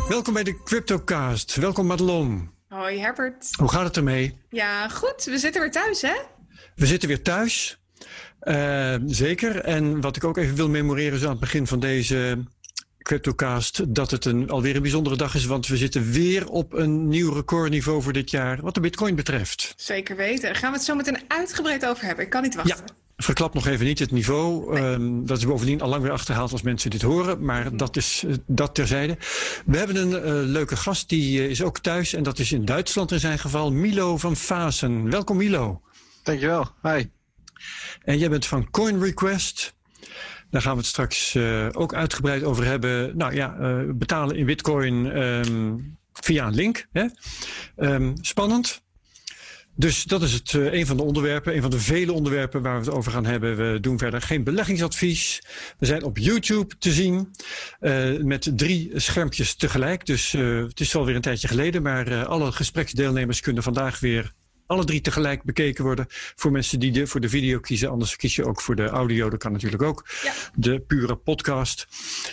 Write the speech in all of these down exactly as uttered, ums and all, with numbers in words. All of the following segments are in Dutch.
Welkom bij de CryptoCast. Welkom Madelon. Hoi Herbert. Hoe gaat het ermee? Ja, goed. We zitten weer thuis, hè? We zitten weer thuis. Uh, zeker. En wat ik ook even wil memoreren zo aan het begin van deze CryptoCast, dat het een, alweer een bijzondere dag is, want we zitten weer op een nieuw recordniveau voor dit jaar, wat de Bitcoin betreft. Zeker weten. Daar gaan we het zo meteen uitgebreid over hebben. Ik kan niet wachten. Ja. Verklap nog even niet het niveau. Nee. Um, dat is bovendien al lang weer achterhaald als mensen dit horen. Maar mm. dat is uh, dat terzijde. We hebben een uh, leuke gast. Die uh, is ook thuis. En dat is in Duitsland in zijn geval. Milo van Vaassen. Welkom Milo. Dankjewel. Hi. En jij bent van CoinRequest. Daar gaan we het straks uh, ook uitgebreid over hebben. Nou ja, uh, betalen in Bitcoin um, via een link. Hè? Um, spannend. Dus dat is het, uh, een van de onderwerpen, een van de vele onderwerpen waar we het over gaan hebben. We doen verder geen beleggingsadvies. We zijn op YouTube te zien uh, met drie schermpjes tegelijk. Dus uh, het is alweer een tijdje geleden, maar uh, alle gespreksdeelnemers kunnen vandaag weer alle drie tegelijk bekeken worden. Voor mensen die de, voor de video kiezen, anders kies je ook voor de audio. Dat kan natuurlijk ook. Ja. De pure podcast.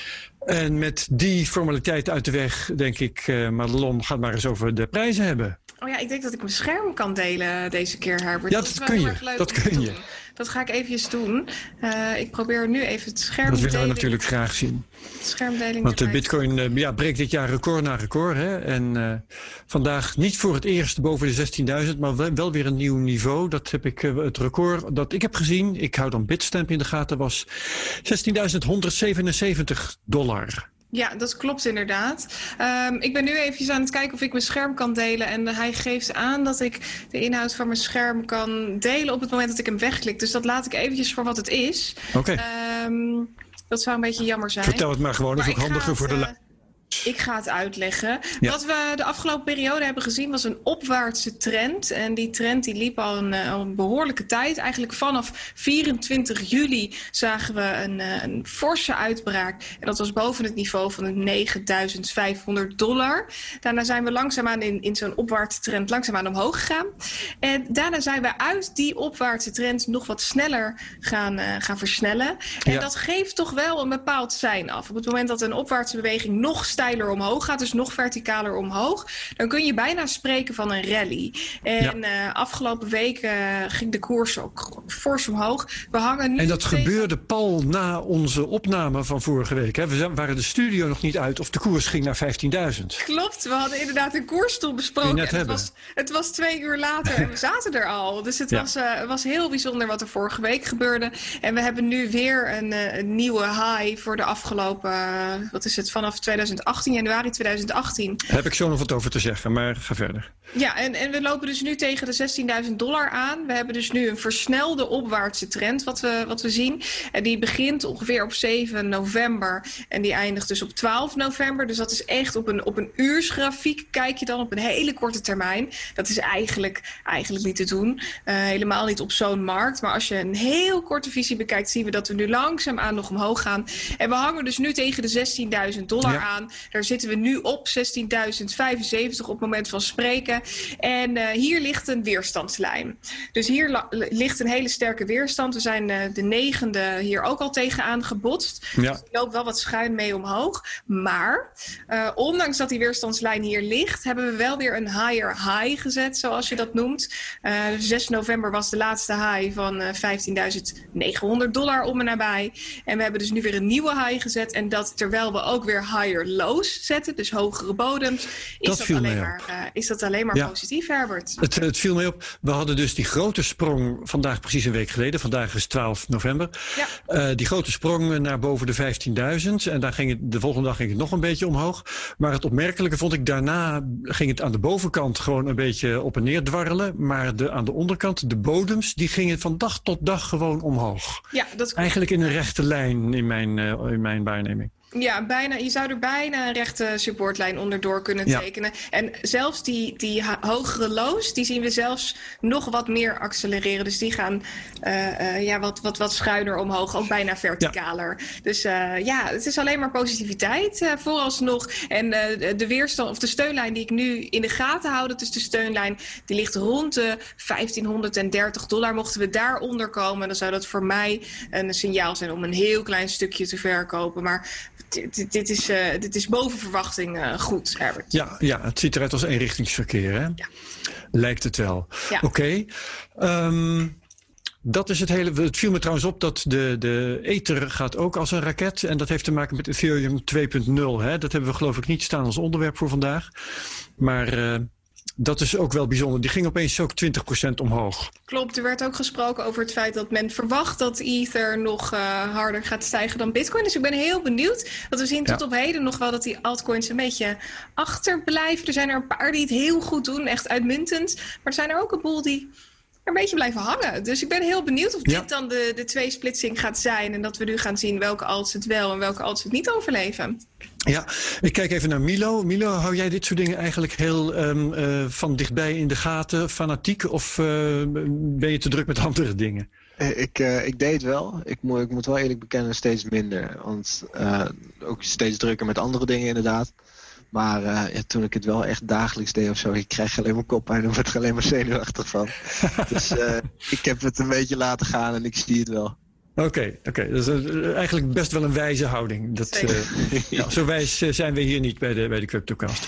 En met die formaliteiten uit de weg, denk ik, uh, Madelon gaat maar eens over de prijzen hebben. Oh ja, ik denk dat ik mijn scherm kan delen deze keer, Herbert. Ja, dat, dat kun je. Dat kun je. Dat ga ik eventjes doen. Uh, ik probeer nu even het scherm Dat willen we natuurlijk graag zien. Schermdeling. Want de Bitcoin uh, ja, breekt dit jaar record na record. Hè? En uh, vandaag niet voor het eerst boven de zestienduizend, maar wel, wel weer een nieuw niveau. Dat heb ik, uh, het record dat ik heb gezien, ik hou dan Bitstamp in de gaten, was zestienduizend honderdzevenenzeventig dollar. Ja, dat klopt inderdaad. Um, ik ben nu eventjes aan het kijken of ik mijn scherm kan delen. En hij geeft aan dat ik de inhoud van mijn scherm kan delen op het moment dat ik hem wegklik. Dus dat laat ik eventjes voor wat het is. Oké. Okay. Um, dat zou een beetje jammer zijn. Vertel het maar gewoon, dat is ook handiger het, voor de... Uh, Ik ga het uitleggen. Ja. Wat we de afgelopen periode hebben gezien was een opwaartse trend. En die trend die liep al een, al een behoorlijke tijd. Eigenlijk vanaf vierentwintig juli zagen we een, een forse uitbraak. En dat was boven het niveau van de negenduizend vijfhonderd dollar. Daarna zijn we langzaamaan in, in zo'n opwaartse trend langzaamaan omhoog gegaan. En daarna zijn we uit die opwaartse trend nog wat sneller gaan, uh, gaan versnellen. En ja. dat geeft toch wel een bepaald sein af. Op het moment dat een opwaartse beweging nog steiler omhoog gaat, dus nog verticaler omhoog, dan kun je bijna spreken van een rally. En ja. uh, afgelopen week uh, ging de koers ook fors omhoog. We hangen nu en dat tegen... gebeurde pal na onze opname van vorige week. Hè? We waren de studio nog niet uit of de koers ging naar vijftienduizend. Klopt, we hadden inderdaad een koersstoel besproken. En het, was, het was twee uur later en we zaten er al. Dus het ja. was, uh, was heel bijzonder wat er vorige week gebeurde. En we hebben nu weer een, uh, een nieuwe high voor de afgelopen, uh, wat is het, vanaf tweeduizend achttien, januari tweeduizend achttien. Daar heb ik zo nog wat over te zeggen, maar ga verder. Ja, en, en we lopen dus nu tegen de zestienduizend dollar aan. We hebben dus nu een versnelde opwaartse trend wat we, wat we zien. En die begint ongeveer op zeven november en die eindigt dus op twaalf november. Dus dat is echt op een, op een uursgrafiek kijk je dan op een hele korte termijn. Dat is eigenlijk, eigenlijk niet te doen. Uh, helemaal niet op zo'n markt. Maar als je een heel korte visie bekijkt, zien we dat we nu langzaamaan nog omhoog gaan. En we hangen dus nu tegen de zestienduizend dollar ja. aan. Daar zitten we nu op zestienduizend vijfenzeventig op het moment van spreken. En uh, hier ligt een weerstandslijn. Dus hier la- ligt een hele sterke weerstand. We zijn uh, de negende hier ook al tegenaan gebotst. Ja. Dus die loopt wel wat schuin mee omhoog. Maar uh, ondanks dat die weerstandslijn hier ligt, hebben we wel weer een higher high gezet, zoals je dat noemt. Uh, zes november was de laatste high van uh, vijftienduizend negenhonderd dollar om en nabij. En we hebben dus nu weer een nieuwe high gezet. En dat terwijl we ook weer higher lows zetten, dus hogere bodems, is dat, dat, alleen, maar, uh, is dat alleen maar ja. positief, Herbert. Het, het viel mij op. We hadden dus die grote sprong vandaag precies een week geleden. Vandaag is twaalf november. Ja. Uh, die grote sprong naar boven de vijftienduizend. En daar ging het, de volgende dag ging het nog een beetje omhoog. Maar het opmerkelijke vond ik, daarna ging het aan de bovenkant gewoon een beetje op en neer dwarrelen. Maar de, aan de onderkant, de bodems, die gingen van dag tot dag gewoon omhoog. Ja, dat is eigenlijk in een rechte lijn in mijn, uh, in mijn waarneming. Ja, bijna, je zou er bijna een rechte supportlijn onderdoor kunnen tekenen. Ja. En zelfs die, die ha- hogere lows, die zien we zelfs nog wat meer accelereren. Dus die gaan uh, uh, ja, wat, wat, wat schuiner omhoog, ook bijna verticaler. Ja. Dus uh, ja, het is alleen maar positiviteit uh, vooralsnog. En uh, de weerstand of de steunlijn die ik nu in de gaten hou, dat is de steunlijn, die ligt rond de vijftienhonderddertig dollar. Mochten we daaronder komen, dan zou dat voor mij een signaal zijn om een heel klein stukje te verkopen. Maar dit, dit, is, uh, dit is boven verwachting uh, goed, Herbert. Ja, ja, het ziet eruit als eenrichtingsverkeer, hè? Ja. Lijkt het wel. Ja. Oké. Okay. Um, Dat is het hele. Het viel me trouwens op dat de, de Ether gaat ook als een raket. En dat heeft te maken met Ethereum twee punt nul. Hè? Dat hebben we geloof ik niet staan als onderwerp voor vandaag. Maar uh, dat is ook wel bijzonder. Die ging opeens ook twintig procent omhoog. Klopt, er werd ook gesproken over het feit dat men verwacht dat Ether nog uh, harder gaat stijgen dan Bitcoin. Dus ik ben heel benieuwd. Want we zien tot ja. op heden nog wel dat die altcoins een beetje achterblijven. Er zijn er een paar die het heel goed doen, echt uitmuntend. Maar er zijn er ook een boel die een beetje blijven hangen. Dus ik ben heel benieuwd of ja. dit dan de, de tweesplitsing gaat zijn. En dat we nu gaan zien welke alts het wel en welke alts het niet overleven. Ja, ik kijk even naar Milo. Milo, hou jij dit soort dingen eigenlijk heel um, uh, van dichtbij in de gaten, fanatiek? Of uh, ben je te druk met andere dingen? Ik, uh, ik deed wel. Ik, mo- ik moet wel eerlijk bekennen steeds minder. Want uh, ook steeds drukker met andere dingen inderdaad. Maar uh, ja, toen ik het wel echt dagelijks deed of zo, ik krijg alleen maar koppijn en word er alleen maar zenuwachtig van. Dus uh, ik heb het een beetje laten gaan en ik zie het wel. Oké, okay, okay. Dat is uh, eigenlijk best wel een wijze houding. Dat, uh, ja, zo wijs uh, zijn we hier niet bij de, bij de CryptoCast.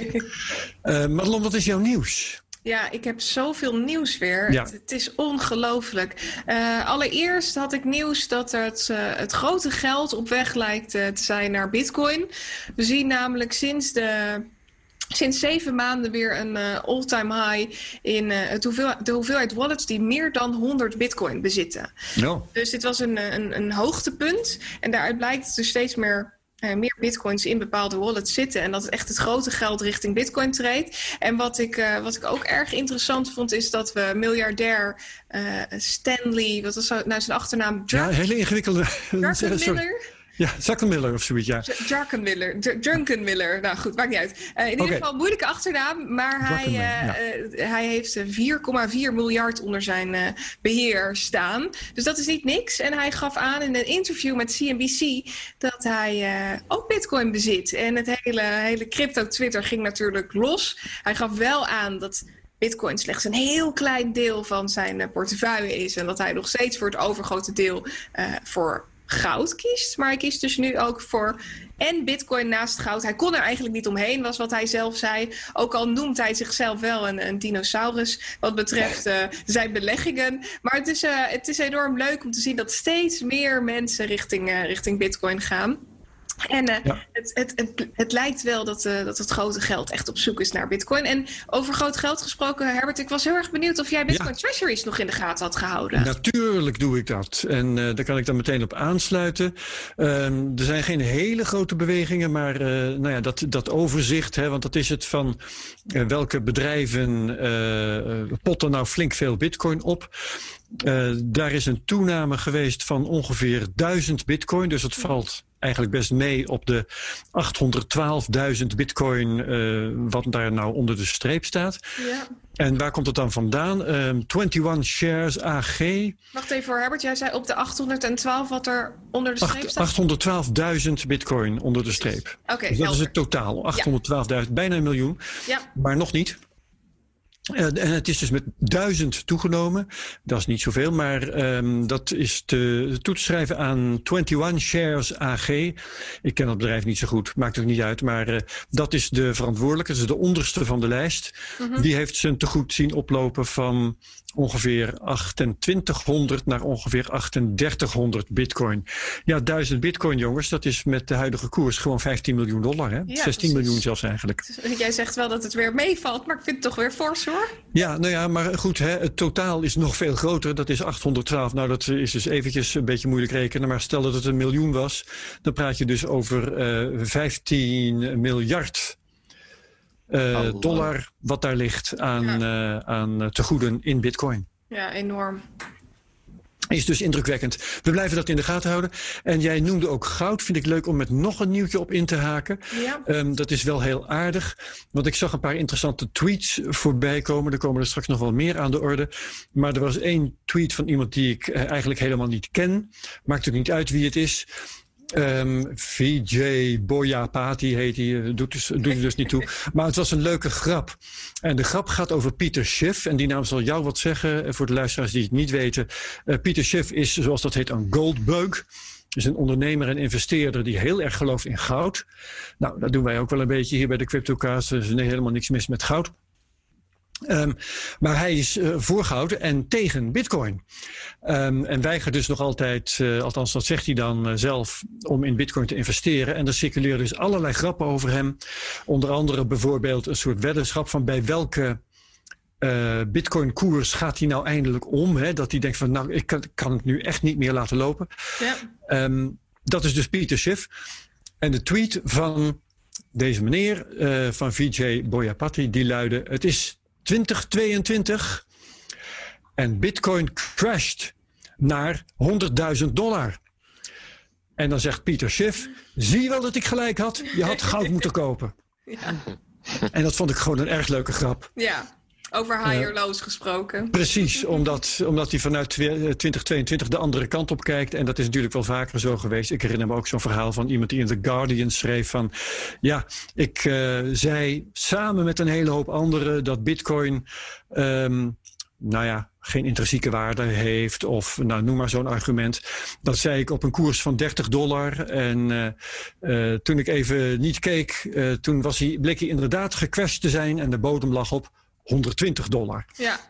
uh, Madelon, wat is jouw nieuws? Ja, ik heb zoveel nieuws weer. Ja. Het, het is ongelooflijk. Uh, allereerst had ik nieuws dat het, uh, het grote geld op weg lijkt uh, te zijn naar Bitcoin. We zien namelijk sinds de... Sinds zeven maanden weer een uh, all-time high in uh, het hoeveel, de hoeveelheid wallets die meer dan honderd bitcoin bezitten. No. Dus dit was een, een, een hoogtepunt. En daaruit blijkt dat er steeds meer... Uh, meer bitcoins in bepaalde wallets zitten. En dat het echt het grote geld richting bitcoin treedt. En wat ik, uh, wat ik ook erg interessant vond, is dat we miljardair uh, Stanley, wat was nou zijn achternaam? Druk- ja, hele ingewikkelde. Druckenmiller. Ja, Zuckermiller of zoiets, ja. Druckenmiller, Drunkenmiller. Nou goed, maakt niet uit. Uh, in okay. ieder geval een moeilijke achternaam, maar hij, uh, ja. uh, hij heeft vier komma vier miljard onder zijn uh, beheer staan. Dus dat is niet niks. En hij gaf aan in een interview met C N B C dat hij uh, ook bitcoin bezit. En het hele, hele crypto-Twitter ging natuurlijk los. Hij gaf wel aan dat bitcoin slechts een heel klein deel van zijn uh, portefeuille is. En dat hij nog steeds voor het overgrote deel uh, voor goud kiest. Maar hij kiest dus nu ook voor en bitcoin naast goud. Hij kon er eigenlijk niet omheen, was wat hij zelf zei. Ook al noemt hij zichzelf wel een, een dinosaurus wat betreft uh, zijn beleggingen. Maar het is, uh, het is enorm leuk om te zien dat steeds meer mensen richting, uh, richting bitcoin gaan. En uh, ja. het, het, het, het lijkt wel dat, uh, dat het grote geld echt op zoek is naar bitcoin. En over groot geld gesproken, Herbert, ik was heel erg benieuwd of jij bitcoin ja. treasuries nog in de gaten had gehouden. Natuurlijk doe ik dat. En uh, daar kan ik dan meteen op aansluiten. Um, er zijn geen hele grote bewegingen, maar uh, nou ja, dat, dat overzicht, hè, want dat is het van uh, welke bedrijven uh, potten nou flink veel bitcoin op. Uh, daar is een toename geweest van ongeveer duizend bitcoin, dus het valt eigenlijk best mee op de achthonderdtwaalfduizend bitcoin, uh, wat daar nou onder de streep staat. Ja. En waar komt het dan vandaan? Um, eenentwintig Shares A G. Wacht even voor Herbert, jij zei op de achthonderdtwaalf wat er onder de streep staat? achthonderdtwaalfduizend bitcoin onder de streep. Oké, okay, dus dat is het totaal. achthonderdtwaalfduizend, ja. Bijna een miljoen, ja. Maar nog niet. Uh, en het is dus met duizend toegenomen. Dat is niet zoveel, maar um, dat is te, toe te schrijven aan eenentwintig Shares A G. Ik ken dat bedrijf niet zo goed, maakt ook niet uit. Maar uh, dat is de verantwoordelijke, dat is de onderste van de lijst. Mm-hmm. Die heeft zijn tegoed zien oplopen van ongeveer achtentwintighonderd naar ongeveer achtendertighonderd bitcoin. Ja, duizend bitcoin, jongens, dat is met de huidige koers gewoon vijftien miljoen dollar. Hè? Ja, zestien miljoen zelfs eigenlijk. Jij zegt wel dat het weer meevalt, maar ik vind het toch weer fors, hoor. Ja, nou ja, maar goed, hè, het totaal is nog veel groter. Dat is achthonderdtwaalf. Nou, dat is dus eventjes een beetje moeilijk rekenen. Maar stel dat het een miljoen was, dan praat je dus over uh, vijftien miljard uh, dollar wat daar ligt aan, ja. uh, aan tegoeden in bitcoin. Ja, enorm. Is dus indrukwekkend. We blijven dat in de gaten houden. En jij noemde ook goud. Vind ik leuk om met nog een nieuwtje op in te haken. Ja. Um, dat is wel heel aardig. Want ik zag een paar interessante tweets voorbij komen. Er komen er straks nog wel meer aan de orde. Maar er was één tweet van iemand die ik eigenlijk helemaal niet ken. Maakt ook niet uit wie het is. Um, V J Boyapati heet hij, doet, dus, doet er dus niet toe. Maar het was een leuke grap. En de grap gaat over Peter Schiff. En die naam zal jou wat zeggen, voor de luisteraars die het niet weten. Uh, Peter Schiff is, zoals dat heet, een goldbug. is een ondernemer en investeerder die heel erg gelooft in goud. Nou, dat doen wij ook wel een beetje hier bij de CryptoCast. Er is nee, helemaal niks mis met goud. Um, maar hij is uh, voor goud en tegen bitcoin. Um, en weigert dus nog altijd, uh, althans dat zegt hij dan uh, zelf, om in bitcoin te investeren. En er circuleren dus allerlei grappen over hem. Onder andere bijvoorbeeld een soort weddenschap van bij welke uh, bitcoin koers gaat hij nou eindelijk om. Hè? Dat hij denkt van nou, ik kan, kan het nu echt niet meer laten lopen. Ja. Um, dat is dus Peter Schiff. En de tweet van deze meneer, uh, van Vijay Boyapati, die luidde: het is twintig tweeëntwintig en bitcoin crashed naar honderdduizend dollar. En dan zegt Peter Schiff: zie je wel dat ik gelijk had? Je had goud moeten kopen. Ja. En dat vond ik gewoon een erg leuke grap. Ja, over higher uh, lows gesproken. Precies, omdat, omdat hij vanuit twintig tweeëntwintig de andere kant op kijkt. En dat is natuurlijk wel vaker zo geweest. Ik herinner me ook zo'n verhaal van iemand die in The Guardian schreef van: ja, ik uh, zei samen met een hele hoop anderen dat bitcoin um, nou ja, geen intrinsieke waarde heeft. Of nou, noem maar zo'n argument. Dat zei ik op een koers van dertig dollar. En uh, uh, toen ik even niet keek, uh, toen was hij, bleek hij inderdaad gecrashed te zijn. En de bodem lag op honderdtwintig dollar. Ja.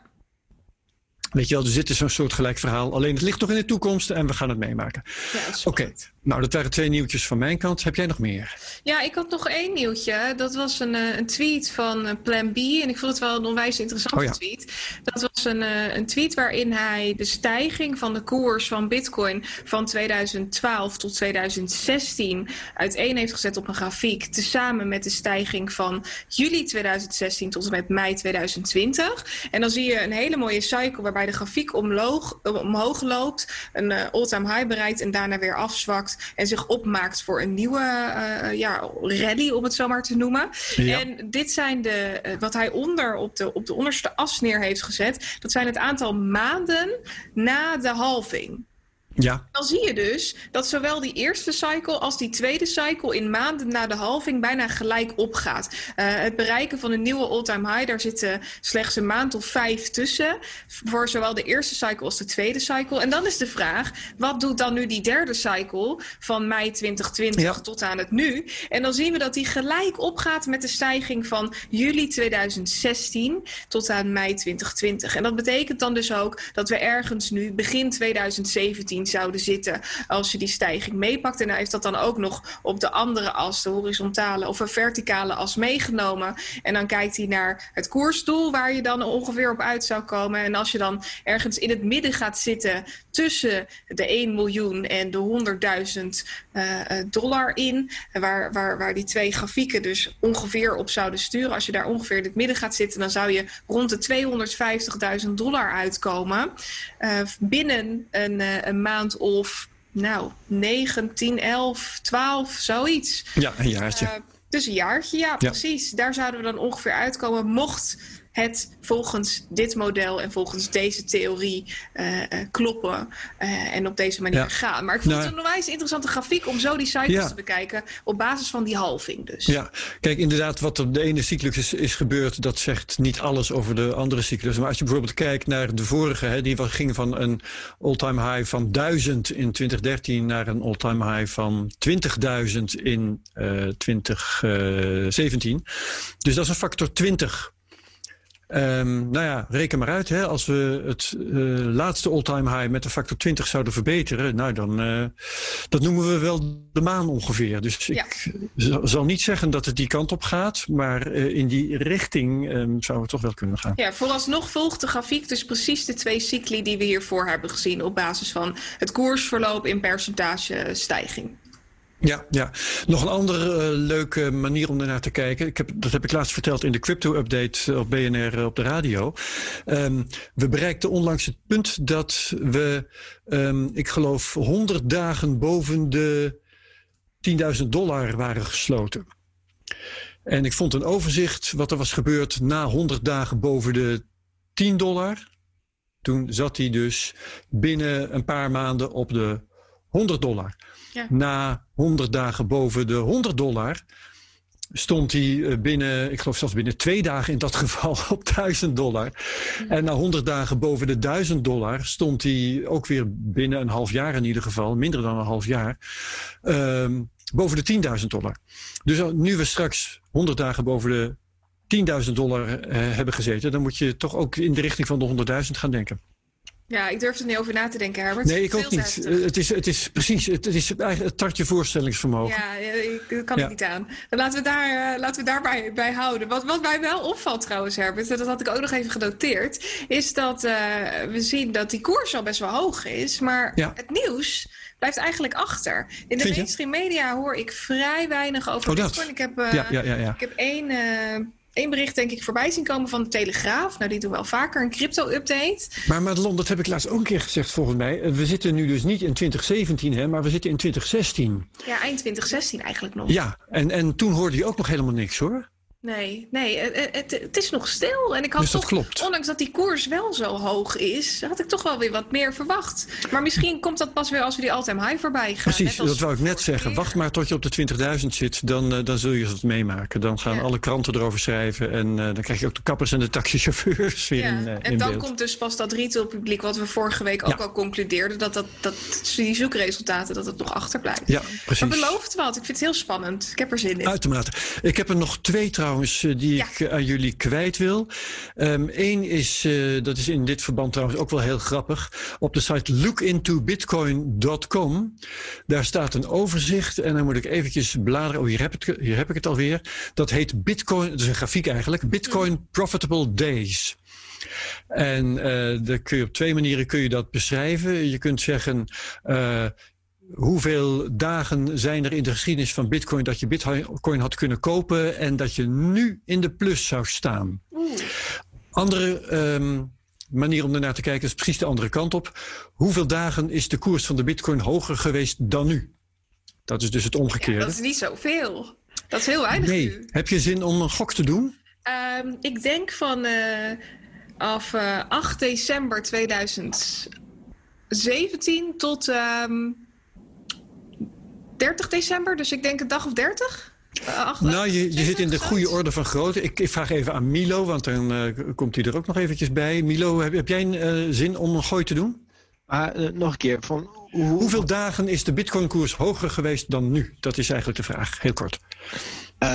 Weet je wel, dus dit is zo'n soort gelijk verhaal. Alleen het ligt nog in de toekomst en we gaan het meemaken. Ja, Oké, okay. Nou dat waren twee nieuwtjes van mijn kant. Heb jij nog meer? Ja, ik had nog één nieuwtje. Dat was een, een tweet van Plan B. En ik vond het wel een onwijs interessante oh ja. tweet. Dat was een, een tweet waarin hij de stijging van de koers van Bitcoin van tweeduizend twaalf tot tweeduizend zestien uiteen heeft gezet op een grafiek. Tezamen met de stijging van juli tweeduizend zestien tot en met mei tweeduizend twintig. En dan zie je een hele mooie cycle waarbij de grafiek omloog, omhoog loopt, een uh, all-time high bereikt en daarna weer afzwakt en zich opmaakt voor een nieuwe uh, ja, rally, om het zo maar te noemen. Ja. En dit zijn de, uh, wat hij onder op de, op de onderste as neer heeft gezet, dat zijn het aantal maanden na de halving. Ja. Dan zie je dus dat zowel die eerste cycle als die tweede cycle in maanden na de halving bijna gelijk opgaat. Uh, het bereiken van een nieuwe all-time high, daar zitten slechts een maand of vijf tussen. Voor zowel de eerste cycle als de tweede cycle. En dan is de vraag, wat doet dan nu die derde cycle van mei twintig twintig ja. tot aan het nu? En dan zien we dat die gelijk opgaat met de stijging van juli tweeduizend zestien tot aan mei twintig twintig. En dat betekent dan dus ook dat we ergens nu begin tweeduizend zeventien zouden zitten als je die stijging meepakt. En hij heeft dat dan ook nog op de andere as, de horizontale of een verticale as meegenomen. En dan kijkt hij naar het koersdoel waar je dan ongeveer op uit zou komen. En als je dan ergens in het midden gaat zitten tussen de één miljoen en de honderdduizend uh, dollar in, waar, waar, waar die twee grafieken dus ongeveer op zouden sturen. Als je daar ongeveer in het midden gaat zitten, dan zou je rond de tweehonderdvijftigduizend dollar uitkomen. Uh, binnen een, uh, een maand of nou, negen, tien, elf, twaalf, zoiets. Ja, een jaartje. Uh, dus een jaartje, ja, ja, precies. Daar zouden we dan ongeveer uitkomen, mocht het volgens dit model en volgens deze theorie uh, uh, kloppen uh, en op deze manier ja. gaan. Maar ik vond nou, het een onwijs interessante grafiek om zo die cycles ja. te bekijken op basis van die halving dus. Ja, kijk, inderdaad, wat op de ene cyclus is, is gebeurd, dat zegt niet alles over de andere cyclus. Maar als je bijvoorbeeld kijkt naar de vorige, hè, die ging van een all-time high van duizend in twintig dertien naar een all-time high van twintigduizend in uh, twintig zeventien. Dus dat is een factor twintig. Um, nou ja, reken maar uit. Hè. Als we het uh, laatste all-time high met een factor twintig zouden verbeteren, nou dan, uh, dat noemen we wel de maan ongeveer. Dus ja. ik z- zal niet zeggen dat het die kant op gaat, maar uh, in die richting um, zou het toch wel kunnen gaan. Ja, vooralsnog volgt de grafiek dus precies de twee cycli die we hiervoor hebben gezien op basis van het koersverloop in percentage stijging. Ja, ja, nog een andere uh, leuke manier om ernaar te kijken. Ik heb, dat heb ik laatst verteld in de crypto-update op B N R op de radio. Um, we bereikten onlangs het punt dat we, um, ik geloof, honderd dagen boven de tienduizend dollar waren gesloten. En ik vond een overzicht wat er was gebeurd na honderd dagen boven de tien dollar. Toen zat hij dus binnen een paar maanden op de honderd dollar. Ja. Na honderd dagen boven de honderd dollar stond hij binnen, ik geloof zelfs binnen twee dagen in dat geval, op duizend dollar. Mm. En na honderd dagen boven de duizend dollar stond hij ook weer binnen een half jaar in ieder geval, minder dan een half jaar, um, boven de tienduizend dollar. Dus nu we straks honderd dagen boven de tienduizend dollar uh, hebben gezeten, dan moet je toch ook in de richting van de honderdduizend gaan denken. Ja, ik durf er niet over na te denken, Herbert. Nee, ik ook niet. Het is, het is precies, het is eigenlijk het tartje voorstellingsvermogen. Ja, dat kan ja. ik niet aan. Dan laten we daar, uh, laten we daarbij bij houden. Wat, wat mij wel opvalt trouwens, Herbert, dat had ik ook nog even genoteerd, is dat uh, we zien dat die koers al best wel hoog is, maar ja. het nieuws blijft eigenlijk achter. In de mainstream media hoor ik vrij weinig over oh, Bitcoin. Ik heb, uh, ja, ja, ja, ja. Ik heb één... Uh, Eén bericht denk ik voorbij zien komen van de Telegraaf. Nou, die doen wel vaker een crypto-update. Maar Madelon, dat heb ik laatst ook een keer gezegd volgens mij. We zitten nu dus niet in twintig zeventien, hè, maar we zitten in twintig zestien. Ja, eind twintig zestien eigenlijk nog. Ja, en, en toen hoorde je ook nog helemaal niks hoor. Nee, nee het, het, het is nog stil. En ik had dus dat toch, klopt. Ondanks dat die koers wel zo hoog is, had ik toch wel weer wat meer verwacht. Maar misschien komt dat pas weer als we die all-time high voorbij gaan. Precies, dat wou ik net zeggen. Keer. Wacht maar tot je op de twintigduizend zit, dan, uh, dan zul je het meemaken. Dan gaan ja. alle kranten erover schrijven en uh, dan krijg je ook de kappers en de taxichauffeurs weer ja. in, uh, in En dan beeld. komt dus pas dat retailpubliek, wat we vorige week ook ja. al concludeerden, dat, dat, dat die zoekresultaten, dat het nog achterblijft. Ja, precies. Maar belooft wat. Ik vind het heel spannend. Ik heb er zin in. Uitermate. Ik heb er nog twee trouwens uh, die ja. ik aan jullie kwijt wil. Eén um, is, uh, dat is in dit verband trouwens ook wel heel grappig. Op de site look into bitcoin dot com. Daar staat een overzicht. En dan moet ik eventjes bladeren. Oh, hier heb, het, hier heb ik het alweer. Dat heet Bitcoin, dat is een grafiek eigenlijk. Bitcoin mm. Profitable Days. En uh, daar kun je op twee manieren kun je dat beschrijven. Je kunt zeggen... Uh, hoeveel dagen zijn er in de geschiedenis van Bitcoin dat je Bitcoin had kunnen kopen en dat je nu in de plus zou staan. Oeh. Andere um, manier om ernaar te kijken is precies de andere kant op. Hoeveel dagen is de koers van de Bitcoin hoger geweest dan nu? Dat is dus het omgekeerde. Ja, dat is niet zoveel. Dat is heel weinig nee. nu. Heb je zin om een gok te doen? Um, ik denk van uh, af uh, acht december tweeduizend zeventien tot... Um, dertig december, dus ik denk een dag of dertig? Uh, acht, nou, je, je zit in de goede orde van grootte. Ik, ik vraag even aan Milo, want dan uh, komt hij er ook nog eventjes bij. Milo, heb, heb jij een uh, zin om een gooi te doen? Uh, uh, nog een keer. Van, hoe... Hoeveel dagen is de Bitcoin-koers hoger geweest dan nu? Dat is eigenlijk de vraag, heel kort. Uh,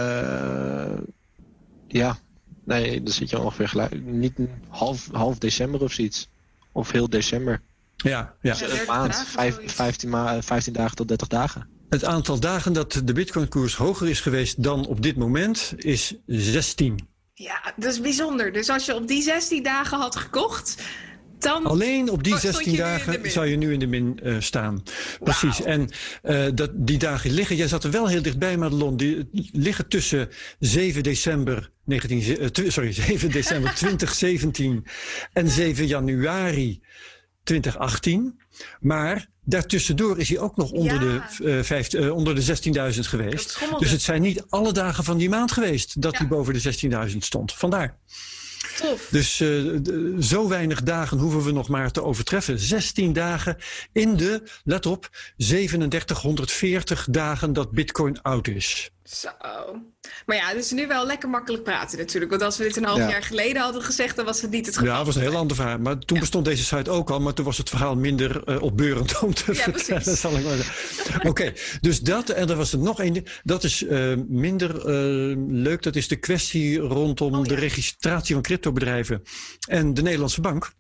ja, nee, dan zit je ongeveer gelijk. Niet een half, half december of zoiets. Of heel december. Ja, ja. Dus een maand, vijf, vijftien, ma- vijftien dagen tot dertig dagen. Het aantal dagen dat de Bitcoin-koers hoger is geweest dan op dit moment is zestien. Ja, dat is bijzonder. Dus als je op die zestien dagen had gekocht, dan... Alleen op die zestien dagen zou je nu in de min uh, staan. Precies. Wow. En uh, dat, die dagen liggen, jij zat er wel heel dichtbij, Madelon, die liggen tussen zeven december negentien, uh, t- sorry, zeven december twintig zeventien en zeven januari twintig achttien, maar daartussendoor is hij ook nog onder, ja. de, uh, vijf, uh, onder de zestienduizend geweest. Dus het zijn niet alle dagen van die maand geweest dat ja. hij boven de zestienduizend stond. Vandaar. Tof. Dus uh, de, zo weinig dagen hoeven we nog maar te overtreffen. zestien dagen in de, let op, zevenendertighonderdveertig dagen dat Bitcoin oud is. Zo. Maar ja, het is nu wel lekker makkelijk praten natuurlijk. Want als we dit een half ja. jaar geleden hadden gezegd, dan was het niet het geval. Ja, dat was een heel ander verhaal. Maar toen ja. bestond deze site ook al, maar toen was het verhaal minder uh, opbeurend om te ja, vertellen. Zal ik maar zeggen. Oké, okay, dus dat, en er was er nog één, dat is uh, minder uh, leuk. Dat is de kwestie rondom oh, ja. de registratie van cryptobedrijven en de Nederlandse Bank.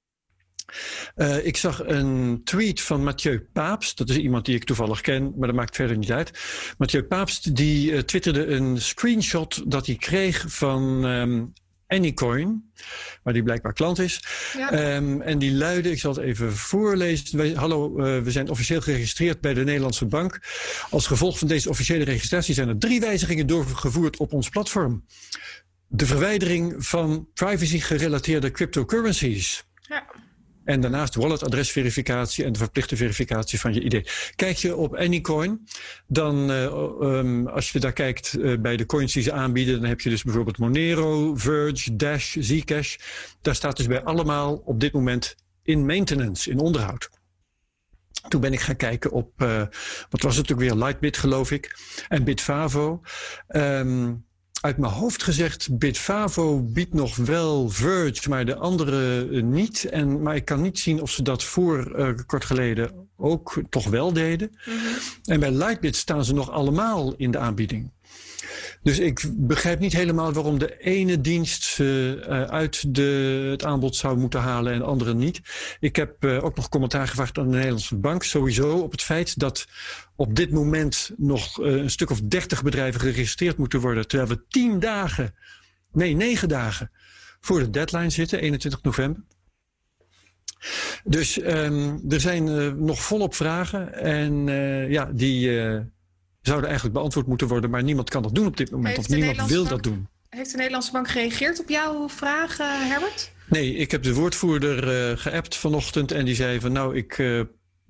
Uh, ik zag een tweet van Mathieu Paapst. Dat is iemand die ik toevallig ken, maar dat maakt verder niet uit. Mathieu Paapst die uh, twitterde een screenshot dat hij kreeg van um, Anycoin, waar die blijkbaar klant is. Ja. Um, en die luidde, ik zal het even voorlezen. Wij, hallo, uh, we zijn officieel geregistreerd bij de Nederlandse Bank. Als gevolg van deze officiële registratie zijn er drie wijzigingen doorgevoerd op ons platform. De verwijdering van privacy-gerelateerde cryptocurrencies. Ja. En daarnaast walletadresverificatie en de verplichte verificatie van je I D. Kijk je op Anycoin, dan uh, um, als je daar kijkt uh, bij de coins die ze aanbieden, dan heb je dus bijvoorbeeld Monero, Verge, Dash, Zcash. Daar staat dus bij allemaal op dit moment in maintenance, in onderhoud. Toen ben ik gaan kijken op, uh, wat was het ook weer, Lightbit geloof ik, en Bitfavo. Um, uit mijn hoofd gezegd, Bitfavo biedt nog wel Verge, maar de andere uh, niet. En, maar ik kan niet zien of ze dat voor uh, kort geleden ook toch wel deden. Mm-hmm. En bij Lightbit staan ze nog allemaal in de aanbieding. Dus ik begrijp niet helemaal waarom de ene dienst uh, uit de, het aanbod zou moeten halen en de andere niet. Ik heb uh, ook nog commentaar gevraagd aan de Nederlandse Bank. Sowieso op het feit dat op dit moment nog uh, een stuk of dertig bedrijven geregistreerd moeten worden. Terwijl we tien dagen, nee negen dagen voor de deadline zitten, eenentwintig november. Dus um, er zijn uh, nog volop vragen en uh, ja, die... Uh, zouden eigenlijk beantwoord moeten worden, maar niemand kan dat doen op dit moment. Of niemand wil dat doen. Heeft de Nederlandse Bank gereageerd op jouw vraag, uh, Herbert? Nee, ik heb de woordvoerder uh, geappt vanochtend en die zei van nou, ik, uh,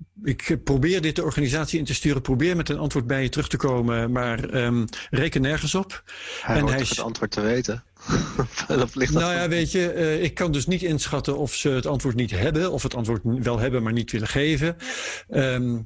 ik probeer dit de organisatie in te sturen, probeer met een antwoord bij je terug te komen, maar um, reken nergens op. Hij en hoort hij toch het antwoord te weten? Dat ligt nou ja, weet je, uh, ik kan dus niet inschatten of ze het antwoord niet hebben, of het antwoord wel hebben, maar niet willen geven. Um,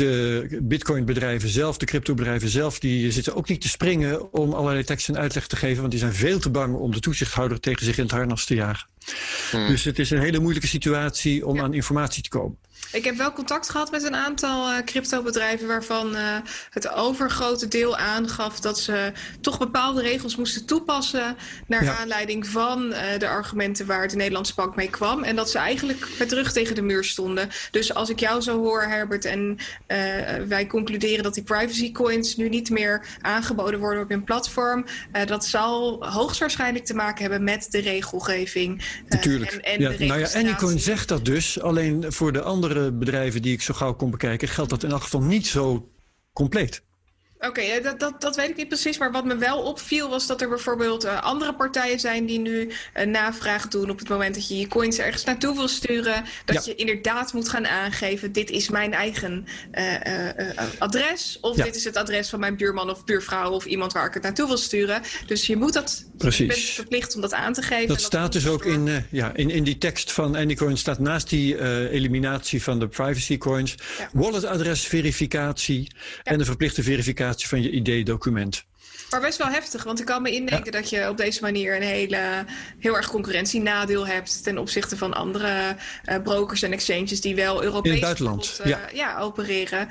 de bitcoinbedrijven zelf, de cryptobedrijven zelf, die zitten ook niet te springen om allerlei tekst en uitleg te geven, want die zijn veel te bang om de toezichthouder tegen zich in het harnas te jagen. Hmm. Dus het is een hele moeilijke situatie om ja. aan informatie te komen. Ik heb wel contact gehad met een aantal uh, cryptobedrijven waarvan uh, het overgrote deel aangaf dat ze toch bepaalde regels moesten toepassen naar ja. aanleiding van uh, de argumenten waar de Nederlandse Bank mee kwam. En dat ze eigenlijk met de rug tegen de muur stonden. Dus als ik jou zo hoor, Herbert, en uh, wij concluderen dat die privacy coins nu niet meer aangeboden worden op hun platform, uh, dat zal hoogstwaarschijnlijk te maken hebben met de regelgeving. Uh, Natuurlijk. En, en ja, de nou ja, Anycoin zegt dat dus. Alleen voor de andere bedrijven die ik zo gauw kon bekijken, geldt dat in elk geval niet zo compleet. Oké, okay, dat, dat, dat weet ik niet precies. Maar wat me wel opviel was dat er bijvoorbeeld uh, andere partijen zijn die nu uh, navraag doen op het moment dat je je coins ergens naartoe wil sturen. Dat ja. je inderdaad moet gaan aangeven, dit is mijn eigen uh, uh, uh, adres. Of ja. dit is het adres van mijn buurman of buurvrouw of iemand waar ik het naartoe wil sturen. Dus je moet dat, precies. Je bent verplicht om dat aan te geven. Dat, dat staat dus ook in, uh, ja, in, in die tekst van Anycoin staat naast die uh, eliminatie van de privacy coins. Ja. Walletadresverificatie ja. en de verplichte verificatie van je I D-document. Maar best wel heftig, want ik kan me indenken ja. dat je op deze manier een hele, heel erg concurrentienadeel hebt ten opzichte van andere uh, brokers en exchanges die wel Europees in het buitenland uh, ja. Ja, opereren.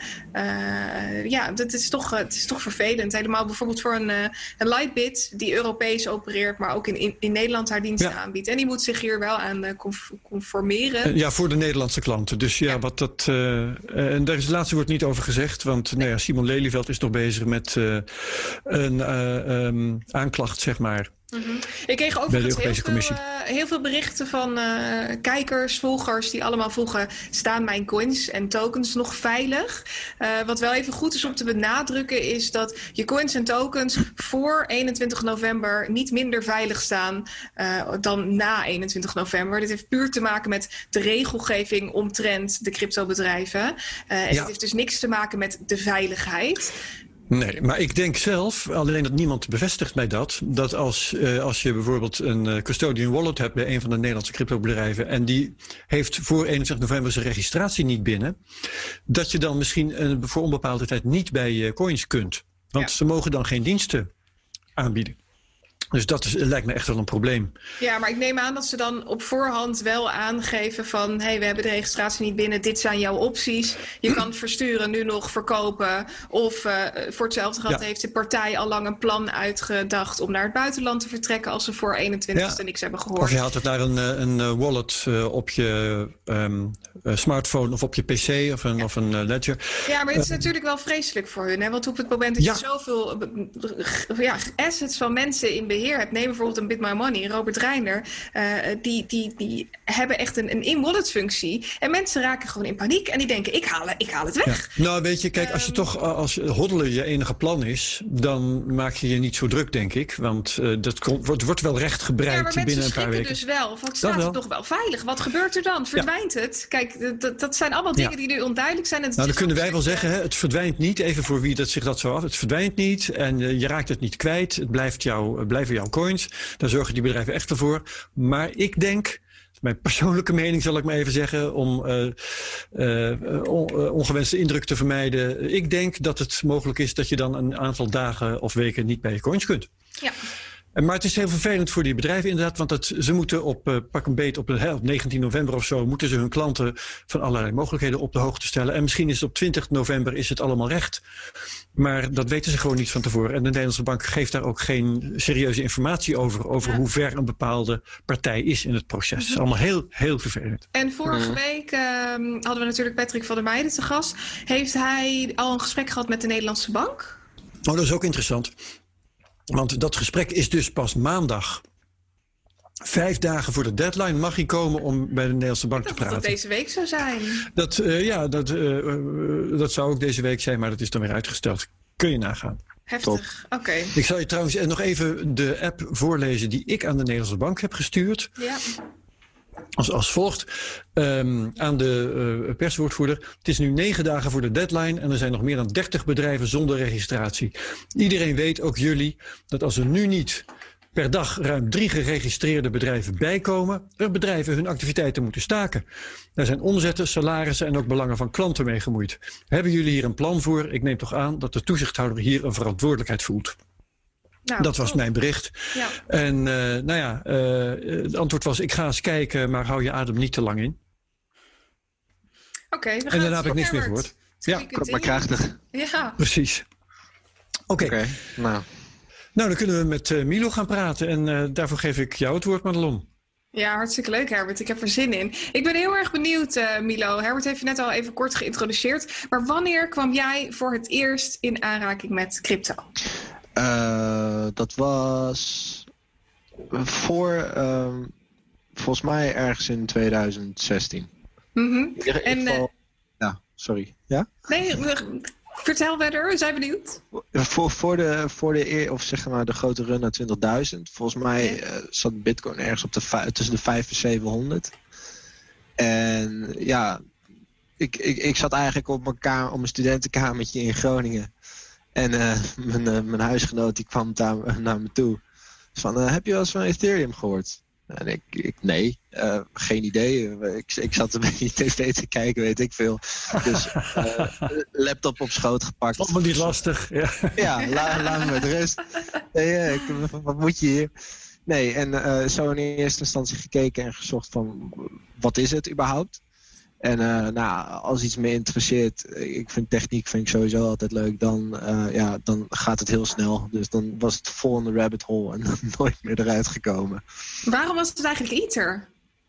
Uh, ja, dat is toch, het is toch vervelend. Helemaal bijvoorbeeld voor een, uh, een Lightbit die Europees opereert, maar ook in, in, in Nederland haar diensten ja. aanbiedt. En die moet zich hier wel aan uh, conformeren. Uh, ja, voor de Nederlandse klanten. Dus ja, ja. wat dat. Uh, en daar is het laatste woord niet over gezegd, want nee. nou ja, Simon Lelyveld is nog bezig met uh, een uh, um, aanklacht, zeg maar. Mm-hmm. Ik kreeg overigens heel veel, uh, heel veel berichten van uh, kijkers, volgers die allemaal vroegen, staan mijn coins en tokens nog veilig? Uh, wat wel even goed is om te benadrukken is dat je coins en tokens voor eenentwintig november niet minder veilig staan uh, dan na eenentwintig november. Dit heeft puur te maken met de regelgeving omtrent de cryptobedrijven. Uh, en ja. Het heeft dus niks te maken met de veiligheid. Nee, maar ik denk zelf, alleen dat niemand bevestigt mij dat, dat als, uh, als je bijvoorbeeld een uh, custodian wallet hebt bij een van de Nederlandse cryptobedrijven en die heeft voor eenentwintig november zijn registratie niet binnen, dat je dan misschien uh, voor onbepaalde tijd niet bij uh, coins kunt. Want ja. ze mogen dan geen diensten aanbieden. Dus dat is, lijkt me echt wel een probleem. Ja, maar ik neem aan dat ze dan op voorhand wel aangeven van, hey, we hebben de registratie niet binnen, dit zijn jouw opties. Je kan versturen, nu nog verkopen. Of uh, voor hetzelfde geld ja. heeft de partij al lang een plan uitgedacht om naar het buitenland te vertrekken als ze voor eenentwintigste ja. niks hebben gehoord. Of je haalt het naar een, een wallet uh, op je um, uh, smartphone of op je pc of een, ja. of een uh, ledger. Ja, maar het is uh, natuurlijk wel vreselijk voor hun. Hè? Want op het moment dat ja. je zoveel uh, ja, assets van mensen in beheer hebt. Neem bijvoorbeeld een Bit My Money, Robert Reiner. Uh, die, die, die hebben echt een, een in-wallet functie. En mensen raken gewoon in paniek. En die denken, ik haal, ik haal het weg. Ja. Nou, weet je, kijk, als je um, toch als hoddelen je enige plan is, dan maak je je niet zo druk, denk ik. Want uh, dat komt, wordt, wordt wel recht gebruikt ja, binnen een paar weken. Dus wel. Wat staat het toch wel veilig? Wat gebeurt er dan? Verdwijnt ja. het? Kijk, dat, dat zijn allemaal dingen ja. die nu onduidelijk zijn. En nou, dan kunnen wij wel zeggen, hè, het verdwijnt niet. Even voor wie dat zich dat zo af. Het verdwijnt niet en uh, je raakt het niet kwijt. Het blijft jou, uh, blijven jouw coins. Daar zorgen die bedrijven echt voor. Maar ik denk mijn persoonlijke mening zal ik maar even zeggen, om uh, uh, on, uh, ongewenste indruk te vermijden. Ik denk dat het mogelijk is dat je dan een aantal dagen of weken niet bij je coins kunt. Ja. Maar het is heel vervelend voor die bedrijven inderdaad, want het, ze moeten op uh, pak een beet op, uh, op negentien november of zo, moeten ze hun klanten van allerlei mogelijkheden op de hoogte stellen. En misschien is het op twintig november is het allemaal recht. Maar dat weten ze gewoon niet van tevoren. En de Nederlandse bank geeft daar ook geen serieuze informatie over, over ja. hoe ver een bepaalde partij is in het proces. Het is allemaal heel, heel vervelend. En vorige week uh, hadden we natuurlijk Patrick van der Meijden te gast. Heeft hij al een gesprek gehad met de Nederlandse bank? Oh, dat is ook interessant. Want dat gesprek is dus pas maandag. Vijf dagen voor de deadline mag hij komen om bij de Nederlandse bank te praten. Dat deze week zou zijn. Dat, uh, ja, dat, uh, uh, dat zou ook deze week zijn, maar dat is dan weer uitgesteld. Kun je nagaan. Heftig, oké. Okay. Ik zal je trouwens nog even de app voorlezen die ik aan de Nederlandse bank heb gestuurd. Ja. Als, als volgt um, aan de uh, perswoordvoerder. Het is nu negen dagen voor de deadline en er zijn nog meer dan dertig bedrijven zonder registratie. Iedereen weet, ook jullie, dat als er nu niet per dag ruim drie geregistreerde bedrijven bijkomen, er bedrijven hun activiteiten moeten staken. Daar zijn omzetten, salarissen en ook belangen van klanten mee gemoeid. Hebben jullie hier een plan voor? Ik neem toch aan dat de toezichthouder hier een verantwoordelijkheid voelt. Nou, dat was mijn bericht. Ja. En uh, nou ja, uh, het antwoord was, ik ga eens kijken, maar hou je adem niet te lang in. Oké, okay, we gaan en daarna heb ik niks meer gehoord. Ja, klopt maar krachtig. Ja. Precies. Oké. Okay. Okay, nou. nou, dan kunnen we met uh, Milo gaan praten en uh, daarvoor geef ik jou het woord, Madelon. Ja, hartstikke leuk, Herbert. Ik heb er zin in. Ik ben heel erg benieuwd, uh, Milo. Herbert heeft je net al even kort geïntroduceerd. Maar wanneer kwam jij voor het eerst in aanraking met crypto? Uh, dat was voor, uh, volgens mij ergens in tweeduizend zestien. Mm-hmm. In ieder en, geval, uh, ja, sorry. Ja? Nee, vertel verder. We zijn benieuwd. Voor, voor, de, voor de eer, of zeg maar de grote run naar twintigduizend. Volgens mij uh, zat Bitcoin ergens op de, tussen de vijf en zevenhonderd. En ja, ik, ik, ik zat eigenlijk op mijn, kamer, op mijn studentenkamertje in Groningen. En uh, mijn, uh, mijn huisgenoot die kwam daar naar me toe. Van, uh, heb je wel eens van Ethereum gehoord? En ik, ik nee, uh, geen idee. Ik, ik zat een beetje tv te kijken, weet ik veel. Dus uh, laptop op schoot gepakt. Allemaal niet lastig. Ja, ja la, laat me met rust. Nee, ik, wat moet je hier? Nee, en uh, zo in eerste instantie gekeken en gezocht van, wat is het überhaupt? En uh, nou, als iets me interesseert, ik vind techniek vind ik sowieso altijd leuk, dan, uh, ja, dan gaat het heel snel. Dus dan was het vol in de rabbit hole en nooit meer eruit gekomen. Waarom was het eigenlijk Ether?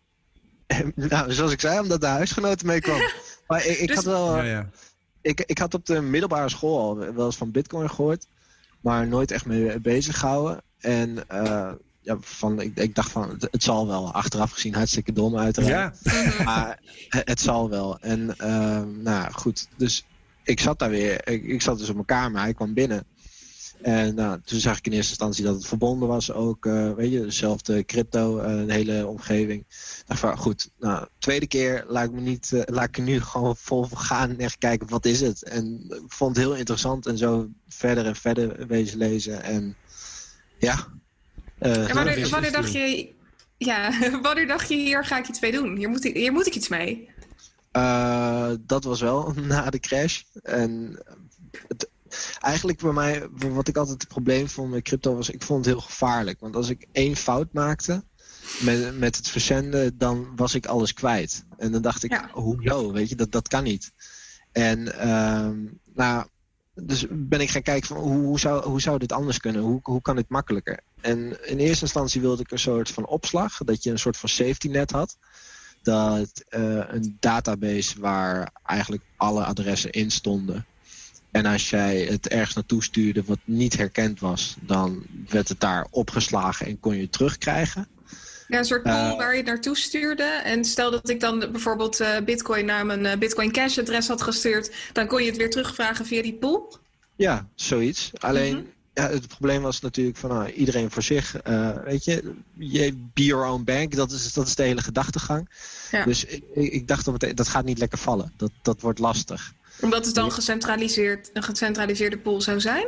Nou, zoals ik zei, omdat de huisgenoten meekwam. Maar ik, ik dus... had wel, ja, ja. Ik, ik had op de middelbare school al wel eens van Bitcoin gehoord, maar nooit echt mee bezig gehouden. En uh, ja, van, ik, ik dacht van, het, het zal wel. Achteraf gezien hartstikke dom uiteraard. Ja. Maar het, het zal wel. En uh, nou goed, dus ik zat daar weer. Ik, ik zat dus op mijn kamer, hij kwam binnen. En nou, toen zag ik in eerste instantie dat het verbonden was. Ook, uh, weet je, dezelfde crypto, uh, een hele omgeving. Ik dacht van, goed, nou, tweede keer laat ik me niet, uh, laat ik er nu gewoon vol gaan en echt kijken, wat is het? En ik vond het heel interessant en zo verder en verder wezen lezen. En ja... Uh, en wanneer, wanneer dacht je, ja, wanneer dacht je, hier ga ik iets mee doen? Hier moet ik, hier moet ik iets mee. Uh, dat was wel na de crash. En het, eigenlijk bij mij, wat ik altijd het probleem vond met crypto was, ik vond het heel gevaarlijk. Want als ik één fout maakte met, met het verzenden, dan was ik alles kwijt. En dan dacht ik, ja. hoezo, weet je, dat, dat kan niet. En uh, nou... Dus ben ik gaan kijken van hoe, hoe, zou, hoe zou dit anders kunnen? Hoe, hoe kan dit makkelijker? En in eerste instantie wilde ik een soort van opslag. Dat je een soort van safety net had. Dat uh, een database waar eigenlijk alle adressen in stonden. En als jij het ergens naartoe stuurde wat niet herkend was, dan werd het daar opgeslagen en kon je het terugkrijgen. Ja, een soort pool uh, waar je het naartoe stuurde. En stel dat ik dan bijvoorbeeld uh, Bitcoin naar mijn uh, Bitcoin Cash adres had gestuurd, dan kon je het weer terugvragen via die pool? Ja, zoiets. Alleen mm-hmm. ja, het probleem was natuurlijk van nou, iedereen voor zich. Uh, weet je, je, be your own bank, dat is, dat is de hele gedachtegang. Ja. Dus ik, ik dacht op het, dat gaat niet lekker vallen. Dat, dat wordt lastig. Omdat het dan gecentraliseerd, een gecentraliseerde pool zou zijn?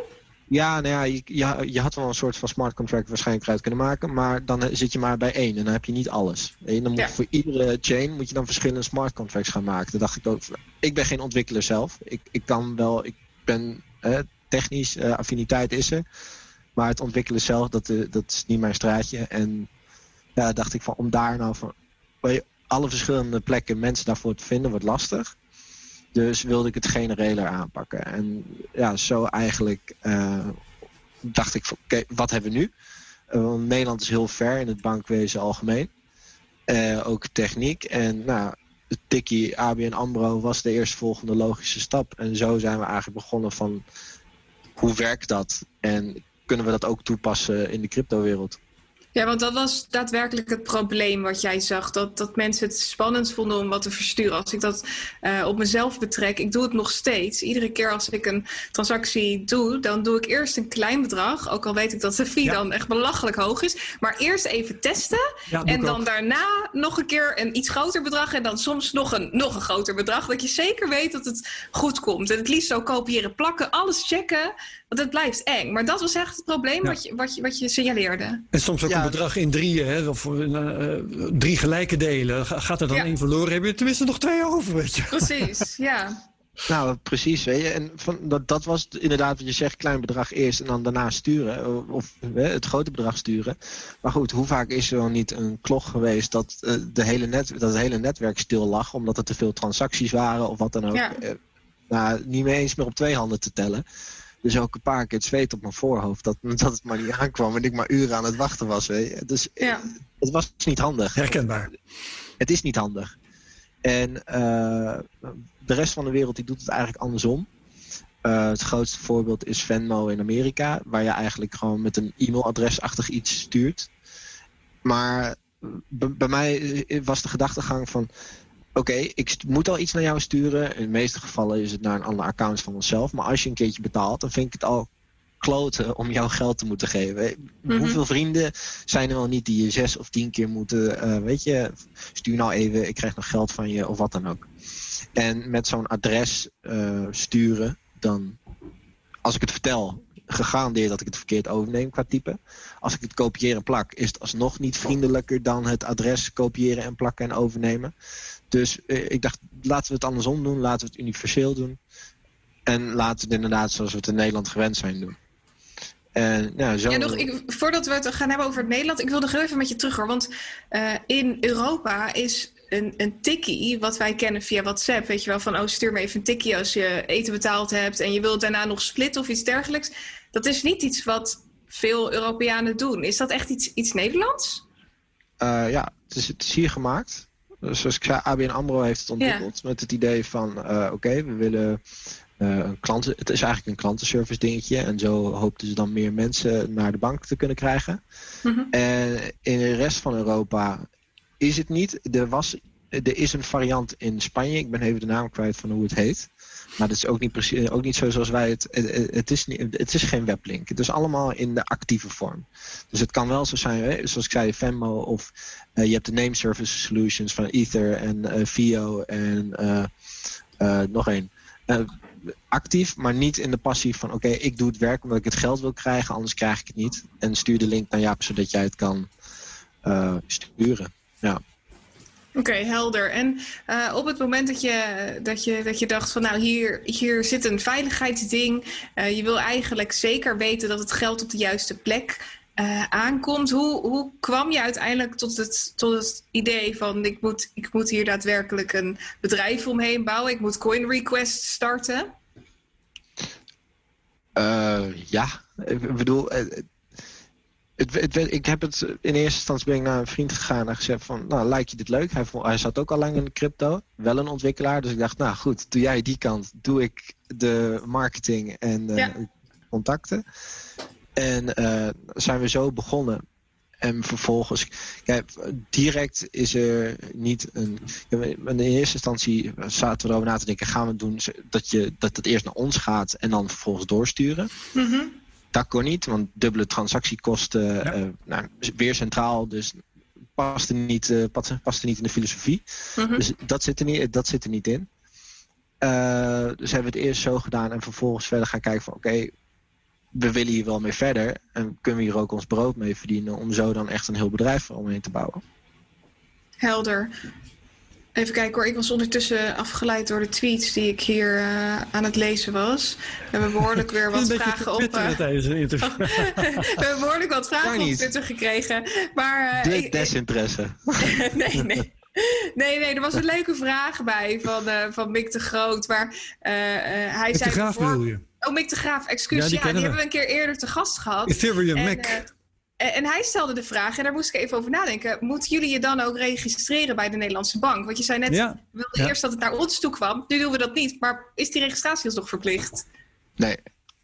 Ja, nou ja, je, je, je had wel een soort van smart contract waarschijnlijk uit kunnen maken, maar dan zit je maar bij één en dan heb je niet alles. En dan moet Ja. voor iedere chain moet je dan verschillende smart contracts gaan maken. Dan dacht ik ook, ik ben geen ontwikkelaar zelf. Ik, ik kan wel, ik ben eh, technisch, uh, affiniteit is er, maar het ontwikkelen zelf, dat, uh, dat is niet mijn straatje. En ja, dacht ik van, om daar nou van alle verschillende plekken mensen daarvoor te vinden, wordt lastig. Dus wilde ik het genereler aanpakken. En ja, zo eigenlijk uh, dacht ik van, oké, okay, wat hebben we nu? Uh, want Nederland is heel ver in het bankwezen algemeen. Uh, ook techniek. En nou, Tikkie, A B N AMRO was de eerstvolgende logische stap. En zo zijn we eigenlijk begonnen van, hoe werkt dat? En kunnen we dat ook toepassen in de cryptowereld? Ja, want dat was daadwerkelijk het probleem wat jij zag. Dat, dat mensen het spannend vonden om wat te versturen. Als ik dat uh, op mezelf betrek, ik doe het nog steeds. Iedere keer als ik een transactie doe, dan doe ik eerst een klein bedrag. Ook al weet ik dat de fee ja. dan echt belachelijk hoog is. Maar eerst even testen. Ja, en dan ook. Daarna nog een keer een iets groter bedrag. En dan soms nog een, nog een groter bedrag. Dat je zeker weet dat het goed komt. En het liefst ook kopiëren, plakken, alles checken. Want het blijft eng. Maar dat was echt het probleem ja. wat, je, wat, je, wat je signaleerde. En soms ook ja. een bedrag in drieën, hè, of uh, drie gelijke delen. Gaat er dan ja. één verloren, heb je tenminste nog twee over. Weet je. Precies, ja. Nou, precies. Weet je. En van, dat, dat was inderdaad wat je zegt, klein bedrag eerst en dan daarna sturen. Of hè, het grote bedrag sturen. Maar goed, hoe vaak is er wel niet een klok geweest dat, uh, de hele net, dat het hele netwerk stil lag, omdat er te veel transacties waren of wat dan ook. Ja. Uh, nou, niet meer eens meer op twee handen te tellen. Dus ook een paar keer het zweet op mijn voorhoofd dat, dat het maar niet aankwam en ik maar uren aan het wachten was. Weet je. Dus ja. het was niet handig. Herkenbaar. Het is niet handig. En uh, de rest van de wereld die doet het eigenlijk andersom. Uh, het grootste voorbeeld is Venmo in Amerika, waar je eigenlijk gewoon met een e-mailadresachtig iets stuurt. Maar b- bij mij was de gedachtegang van, oké, okay, ik st- moet al iets naar jou sturen. In de meeste gevallen is het naar een ander account van onszelf. Maar als je een keertje betaalt, dan vind ik het al kloten om jou geld te moeten geven. Mm-hmm. Hoeveel vrienden zijn er wel niet die je zes of tien keer moeten, uh, weet je, stuur nou even, ik krijg nog geld van je of wat dan ook. En met zo'n adres uh, sturen, dan, als ik het vertel, gegarandeerd dat ik het verkeerd overneem qua type. Als ik het kopieer en plak, is het alsnog niet vriendelijker dan het adres kopiëren en plakken en overnemen. Dus uh, ik dacht, laten we het andersom doen, laten we het universeel doen. En laten we het inderdaad zoals we het in Nederland gewend zijn doen. En, nou, zo... ja, nog, ik, voordat we het gaan hebben over het Nederland, ik wilde even met je terug hoor. Want uh, in Europa is een, een tikkie, wat wij kennen via WhatsApp, weet je wel, van oh, stuur me even een tikkie als je eten betaald hebt en je wilt daarna nog splitten of iets dergelijks. Dat is niet iets wat veel Europeanen doen. Is dat echt iets, iets Nederlands? Uh, ja, het is, het is hier gemaakt. Dus zoals ik zei, A B N AMRO heeft het ontwikkeld ja. met het idee van, uh, oké, okay, we willen uh, een klanten, het is eigenlijk een klantenservice dingetje en zo hoopten ze dan meer mensen naar de bank te kunnen krijgen. Mm-hmm. En in de rest van Europa is het niet. Er, was, er is een variant in Spanje, ik ben even de naam kwijt van hoe het heet. Maar dat is ook niet, precies, ook niet zo zoals wij het... Het, het, is, niet, het is geen weblink. Het is allemaal in de actieve vorm. Dus het kan wel zo zijn, hè, zoals ik zei, Venmo of uh, je hebt de name service solutions van Ether en uh, Vio en uh, uh, nog één. Uh, actief, maar niet in de passie van oké, okay, ik doe het werk omdat ik het geld wil krijgen, anders krijg ik het niet. En stuur de link naar Jaap, zodat jij het kan uh, sturen. Ja. Oké, okay, helder. En uh, op het moment dat je, dat je, dat je dacht van nou hier, hier zit een veiligheidsding. Uh, je wil eigenlijk zeker weten dat het geld op de juiste plek uh, aankomt. Hoe, hoe kwam je uiteindelijk tot het, tot het idee van ik moet, ik moet hier daadwerkelijk een bedrijf omheen bouwen. Ik moet CoinRequest starten? Uh, ja, ik bedoel... Uh, Het, het, ik heb het in eerste instantie ben ik naar een vriend gegaan en gezegd van, nou, lijkt je dit leuk? Hij, vond, hij zat ook al lang in de crypto, wel een ontwikkelaar. Dus ik dacht, nou goed, doe jij die kant, doe ik de marketing en uh, ja. contacten. En uh, zijn we zo begonnen. En vervolgens, kijk, direct is er niet een... In eerste instantie zaten we erover na te denken, gaan we het doen dat, je, dat het eerst naar ons gaat en dan vervolgens doorsturen. Mm-hmm. Dat kon niet, want dubbele transactiekosten, ja. uh, nou, weer centraal, dus paste niet, uh, paste niet in de filosofie. Mm-hmm. Dus dat zit er niet, dat zit er niet in. Uh, dus hebben we het eerst zo gedaan en vervolgens verder gaan kijken van oké, okay, we willen hier wel mee verder. En kunnen we hier ook ons brood mee verdienen. Om zo dan echt een heel bedrijf omheen te bouwen. Helder. Even kijken hoor, ik was ondertussen afgeleid door de tweets die ik hier uh, aan het lezen was. We hebben behoorlijk weer wat vragen op... Uh, oh, we hebben behoorlijk wat vragen op Twitter gekregen. Maar, uh, de desinteresse. nee, nee. Nee, nee, er was een leuke vraag bij van, uh, van Mick de Groot. Waar uh, uh, hij Mick zei... de Graaf bedoel je? Oh, Mick de Graaf, excuus. Ja, die, ja, die hebben we een keer eerder te gast gehad. Ethereum Mick. Uh, En hij stelde de vraag, en daar moest ik even over nadenken. Moeten jullie je dan ook registreren bij de Nederlandse bank? Want je zei net, ja. we wilden ja. eerst dat het naar ons toe kwam. Nu doen we dat niet. Maar is die registratie alsnog verplicht? Nee.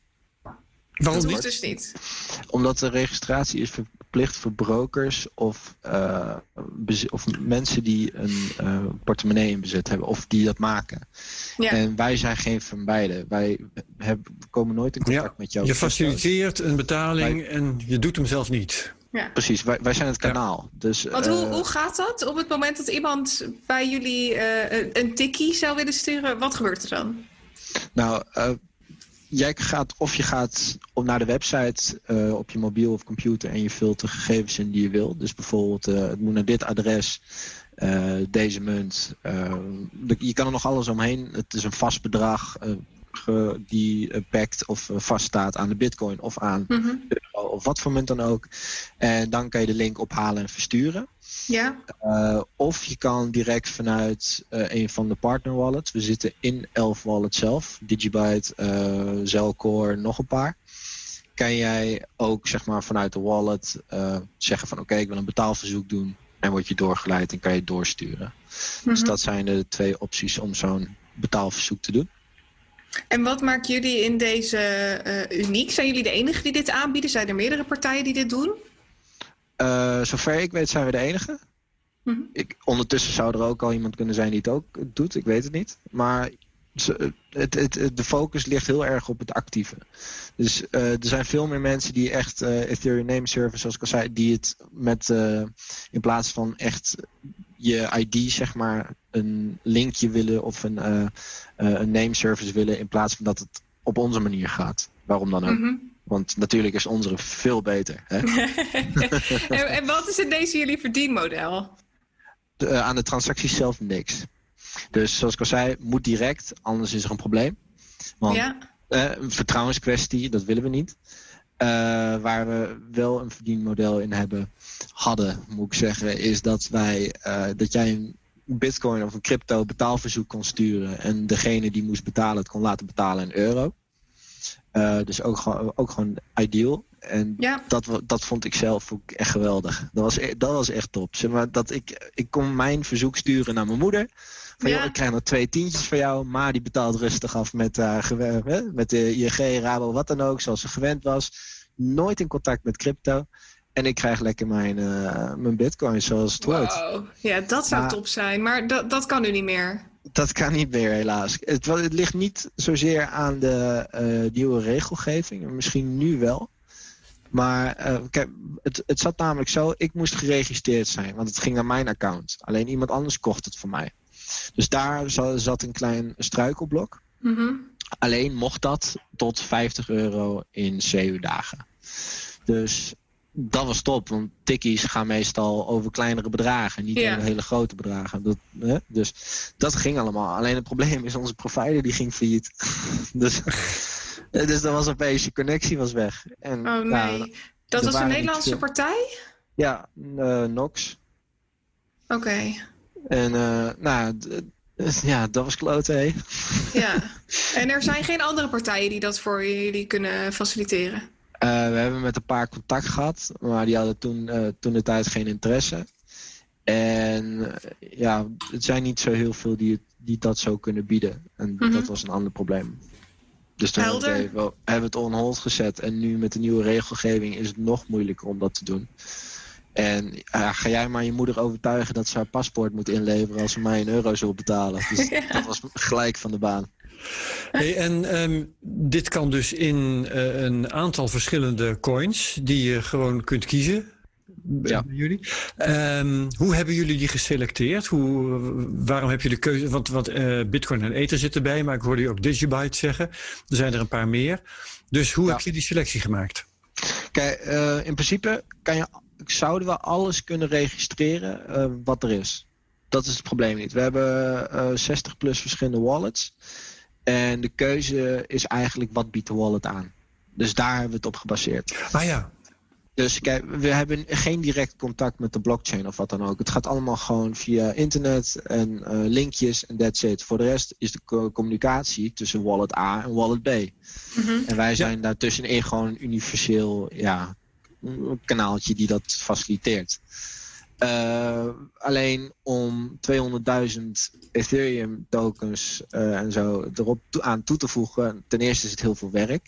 Waarom dat niet? Dus niet? Omdat de registratie is verplicht voor brokers of, uh, bez- of mensen die een uh, portemonnee in bezit hebben. Of die dat maken. Ja. En wij zijn geen van beide. Wij hebben, komen nooit in contact ja. met jou. Je faciliteert een betaling wij, en je doet hem zelf niet. Ja. Precies, wij, wij zijn het kanaal. Ja. Dus, Want uh, hoe, hoe gaat dat? Op het moment dat iemand bij jullie uh, een tikkie zou willen sturen, wat gebeurt er dan? Nou... Uh, Jij gaat, of je gaat op naar de website uh, op je mobiel of computer en je vult de gegevens in die je wil. Dus bijvoorbeeld, uh, het moet naar dit adres, uh, deze munt. Uh, de, je kan er nog alles omheen. Het is een vast bedrag uh, ge, die uh, pakt of uh, vaststaat aan de bitcoin of aan mm-hmm. euro of wat voor munt dan ook. En dan kan je de link ophalen en versturen. Ja. Uh, of je kan direct vanuit uh, een van de partner wallets. We zitten in elf wallets zelf. Digibyte, uh, Zelcore, nog een paar. Kan jij ook zeg maar vanuit de wallet uh, zeggen van oké, okay, ik wil een betaalverzoek doen. En word je doorgeleid en kan je het doorsturen. Mm-hmm. Dus dat zijn de twee opties om zo'n betaalverzoek te doen. En wat maakt jullie in deze uh, uniek? Zijn jullie de enige die dit aanbieden? Zijn er meerdere partijen die dit doen? Uh, zover ik weet zijn we de enige. Mm-hmm. Ik, ondertussen zou er ook al iemand kunnen zijn die het ook doet. Ik weet het niet. Maar het, het, het, de focus ligt heel erg op het actieve. Dus uh, er zijn veel meer mensen die echt uh, Ethereum Name Service, zoals ik al zei, die het met uh, in plaats van echt je I D, zeg maar, een linkje willen of een, uh, uh, een name service willen, in plaats van dat het op onze manier gaat. Waarom dan ook? Mm-hmm. Want natuurlijk is onze veel beter. Hè? en, en wat is in deze jullie verdienmodel? De, uh, aan de transacties zelf niks. Dus zoals ik al zei, moet direct, anders is er een probleem. Want ja. uh, een vertrouwenskwestie, dat willen we niet. Uh, waar we wel een verdienmodel in hebben, hadden, moet ik zeggen, is dat wij uh, dat jij een bitcoin of een crypto betaalverzoek kon sturen en degene die moest betalen het kon laten betalen in euro. Uh, dus ook, ook gewoon ideal. En ja. dat, dat vond ik zelf ook echt geweldig. Dat was, dat was echt top. Zeg maar, dat ik, ik kon mijn verzoek sturen naar mijn moeder. Van, ja. joh, ik krijg nog twee tientjes van jou. Maar die betaalt rustig af met, uh, gewe- met de I N G, Rabo, wat dan ook. Zoals ze gewend was. Nooit in contact met crypto. En ik krijg lekker mijn, uh, mijn bitcoin zoals het hoort. Wow. Ja, dat zou maar, top zijn. Maar dat, dat kan nu niet meer. Dat kan niet meer, helaas. Het, het ligt niet zozeer aan de uh, nieuwe regelgeving. Misschien nu wel. Maar uh, kijk, het, het zat namelijk zo. Ik moest geregistreerd zijn. Want het ging naar mijn account. Alleen iemand anders kocht het voor mij. Dus daar zat een klein struikelblok. Mm-hmm. Alleen mocht dat tot vijftig euro in zeven dagen. Dus dat was top, want tikkies gaan meestal over kleinere bedragen, niet yeah. over hele grote bedragen. Dat, hè? Dus dat ging allemaal. Alleen het probleem is, onze provider die ging failliet. dus, dus dat was opeens, je connectie was weg. En, oh nee, nou, dat was een Nederlandse niet, partij? Ja, uh, Nox. Oké. Okay. En uh, nou, d- ja, dat was klote, hé. Ja, en er zijn geen andere partijen die dat voor jullie kunnen faciliteren? Uh, we hebben met een paar contact gehad, maar die hadden toen, uh, toen de tijd geen interesse. En uh, ja, het zijn niet zo heel veel die, het, die dat zo kunnen bieden. En mm-hmm. dat was een ander probleem. Dus toen hebben we, het, wel, hebben we het on hold gezet. En nu met de nieuwe regelgeving is het nog moeilijker om dat te doen. En uh, ga jij maar je moeder overtuigen dat ze haar paspoort moet inleveren als ze mij een euro wil betalen. Dus ja. Dat was gelijk van de baan. Hey, en um, dit kan dus in uh, een aantal verschillende coins die je gewoon kunt kiezen. ja. bij jullie. Um, hoe hebben jullie die geselecteerd? Hoe, waarom heb je de keuze? Want, want uh, Bitcoin en Ether zitten erbij, maar ik hoorde je ook Digibyte zeggen. Er zijn er een paar meer. Dus hoe ja. heb je die selectie gemaakt? Kijk, uh, in principe kan je, zouden we alles kunnen registreren uh, wat er is. Dat is het probleem niet. We hebben uh, zestig plus verschillende wallets. En de keuze is eigenlijk wat biedt de wallet aan. Dus daar hebben we het op gebaseerd. Ah ja. Dus kijk, we hebben geen direct contact met de blockchain of wat dan ook. Het gaat allemaal gewoon via internet en uh, linkjes en that's it. Voor de rest is de co- communicatie tussen wallet A en wallet B. Mm-hmm. En wij zijn ja. daartussenin gewoon een universeel ja, een kanaaltje die dat faciliteert. Uh, alleen om tweehonderdduizend Ethereum tokens uh, en zo erop to- aan toe te voegen. Ten eerste is het heel veel werk.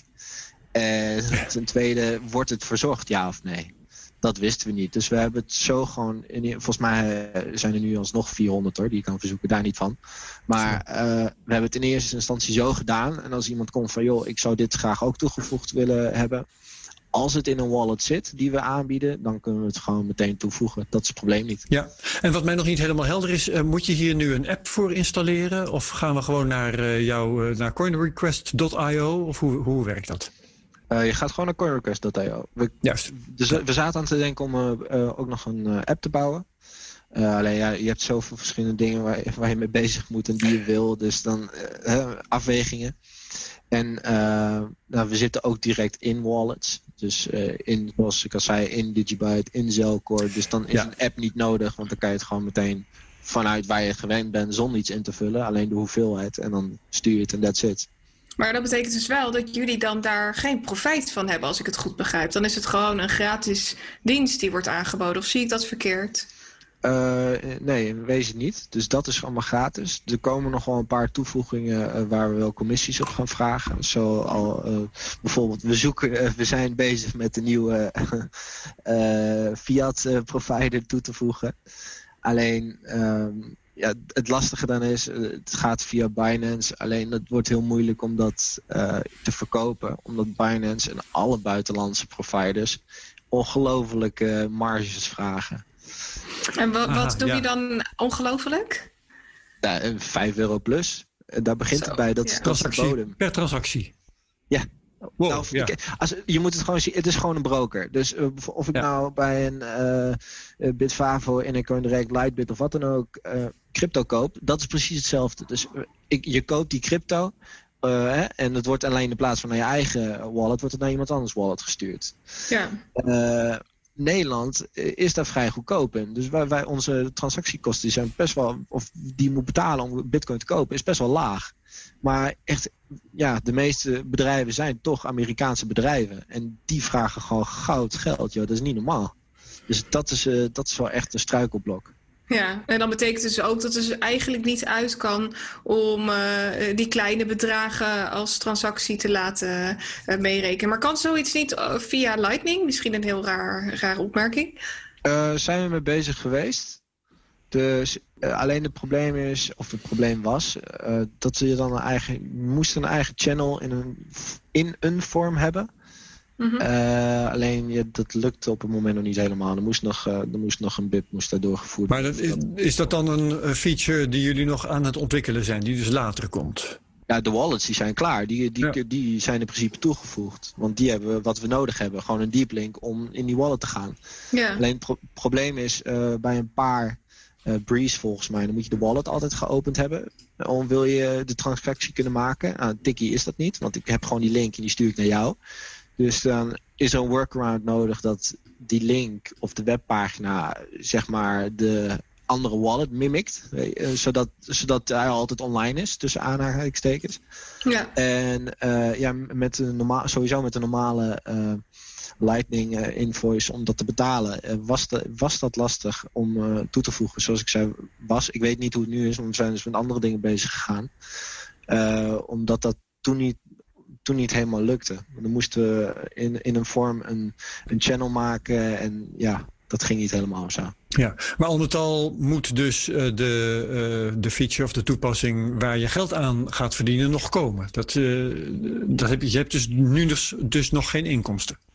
En ten tweede, wordt het verzorgd, ja of nee? Dat wisten we niet. Dus we hebben het zo gewoon... In, volgens mij zijn er nu alsnog vierhonderd hoor, die je kan verzoeken, daar niet van. Maar uh, we hebben het in eerste instantie zo gedaan. En als iemand komt van, joh, ik zou dit graag ook toegevoegd willen hebben. Als het in een wallet zit die we aanbieden, dan kunnen we het gewoon meteen toevoegen. Dat is het probleem niet. Ja, en wat mij nog niet helemaal helder is, uh, moet je hier nu een app voor installeren? Of gaan we gewoon naar uh, jouw uh, naar coinrequest dot io? Of hoe, hoe werkt dat? Uh, je gaat gewoon naar coinrequest dot io. We, Juist. Dus we zaten aan te denken om uh, uh, ook nog een uh, app te bouwen. Uh, alleen ja, je hebt zoveel verschillende dingen waar, waar je mee bezig moet en die je wil. Dus dan uh, afwegingen. En uh, nou, we zitten ook direct in wallets. Dus uh, in, zoals ik al zei, in Digibyte, in Zelcore. Dus dan is ja. een app niet nodig, want dan kan je het gewoon meteen vanuit waar je gewend bent zonder iets in te vullen. Alleen de hoeveelheid en dan stuur je het en that's it. Maar dat betekent dus wel dat jullie dan daar geen profijt van hebben, als ik het goed begrijp. Dan is het gewoon een gratis dienst die wordt aangeboden. Of zie ik dat verkeerd? Uh, nee, in wezen niet. Dus dat is allemaal gratis. Er komen nog wel een paar toevoegingen uh, waar we wel commissies op gaan vragen. Zo al uh, bijvoorbeeld, we zoeken, uh, we zijn bezig met de nieuwe uh, fiat uh, provider toe te voegen. Alleen, uh, ja, het lastige dan is, uh, het gaat via Binance. Alleen het wordt heel moeilijk om dat uh, te verkopen. Omdat Binance en alle buitenlandse providers ongelofelijke marges vragen. En wat, wat ah, doe ja. je dan ongelooflijk? Ja, vijf euro plus. Daar begint Zo, het bij. Dat, ja. dat is de bodem. Per transactie? Ja. Wow, nou, ja. als, je moet het gewoon zien. Het is gewoon een broker. Dus uh, of ik ja. nou bij een uh, Bitfavo, Intercoin Lightbit of wat dan ook uh, crypto koop. Dat is precies hetzelfde. Dus uh, ik, je koopt die crypto. Uh, hè, en het wordt alleen in plaats van naar je eigen wallet, wordt het naar iemand anders wallet gestuurd. Ja. Uh, Nederland is daar vrij goedkoop in. Dus wij, wij, onze transactiekosten zijn best wel, of die je moet betalen om Bitcoin te kopen, is best wel laag. Maar echt, ja, de meeste bedrijven zijn toch Amerikaanse bedrijven. En die vragen gewoon goud geld, joh. Dat is niet normaal. Dus dat is, uh, dat is wel echt een struikelblok. Ja, en dan betekent dus ook dat het dus eigenlijk niet uit kan om uh, die kleine bedragen als transactie te laten uh, meerekenen. Maar kan zoiets niet uh, via Lightning? Misschien een heel raar, rare opmerking. Uh, zijn we mee bezig geweest. Dus uh, alleen het probleem is, of het probleem was, uh, dat je dan een eigen, moest een eigen channel in een, in een vorm hebben. Mm-hmm. Uh, alleen ja, dat lukte op het moment nog niet helemaal. Er moest nog, uh, er moest nog een B I P moest daar doorgevoerd worden. Maar dat is, is dat dan een feature die jullie nog aan het ontwikkelen zijn, die dus later komt? Ja, de wallets die zijn klaar. Die, die, ja. die zijn in principe toegevoegd. Want die hebben wat we nodig hebben. Gewoon een deep link om in die wallet te gaan. Ja. Alleen het pro- probleem is uh, bij een paar uh, Breeze volgens mij. Dan moet je de wallet altijd geopend hebben. Om wil je de transactie kunnen maken. Uh, Tikkie is dat niet. Want ik heb gewoon die link en die stuur ik naar jou. Dus dan is er een workaround nodig dat die link of de webpagina zeg maar de andere wallet mimikt. Zodat, zodat hij altijd online is, tussen aanhalingstekens. Ja. En uh, ja, met een normaal, sowieso met een normale uh, Lightning uh, invoice om dat te betalen, uh, was, de, was dat lastig om uh, toe te voegen. Zoals ik zei, was. Ik weet niet hoe het nu is, want we zijn dus met andere dingen bezig gegaan. Uh, omdat dat toen niet toen niet helemaal lukte. Dan moesten we in, in een vorm een, een channel maken en ja, dat ging niet helemaal zo. Ja, maar al met al moet dus uh, de, uh, de feature of de toepassing waar je geld aan gaat verdienen nog komen. Dat, uh, dat heb je, je hebt dus nu dus, dus nog geen inkomsten.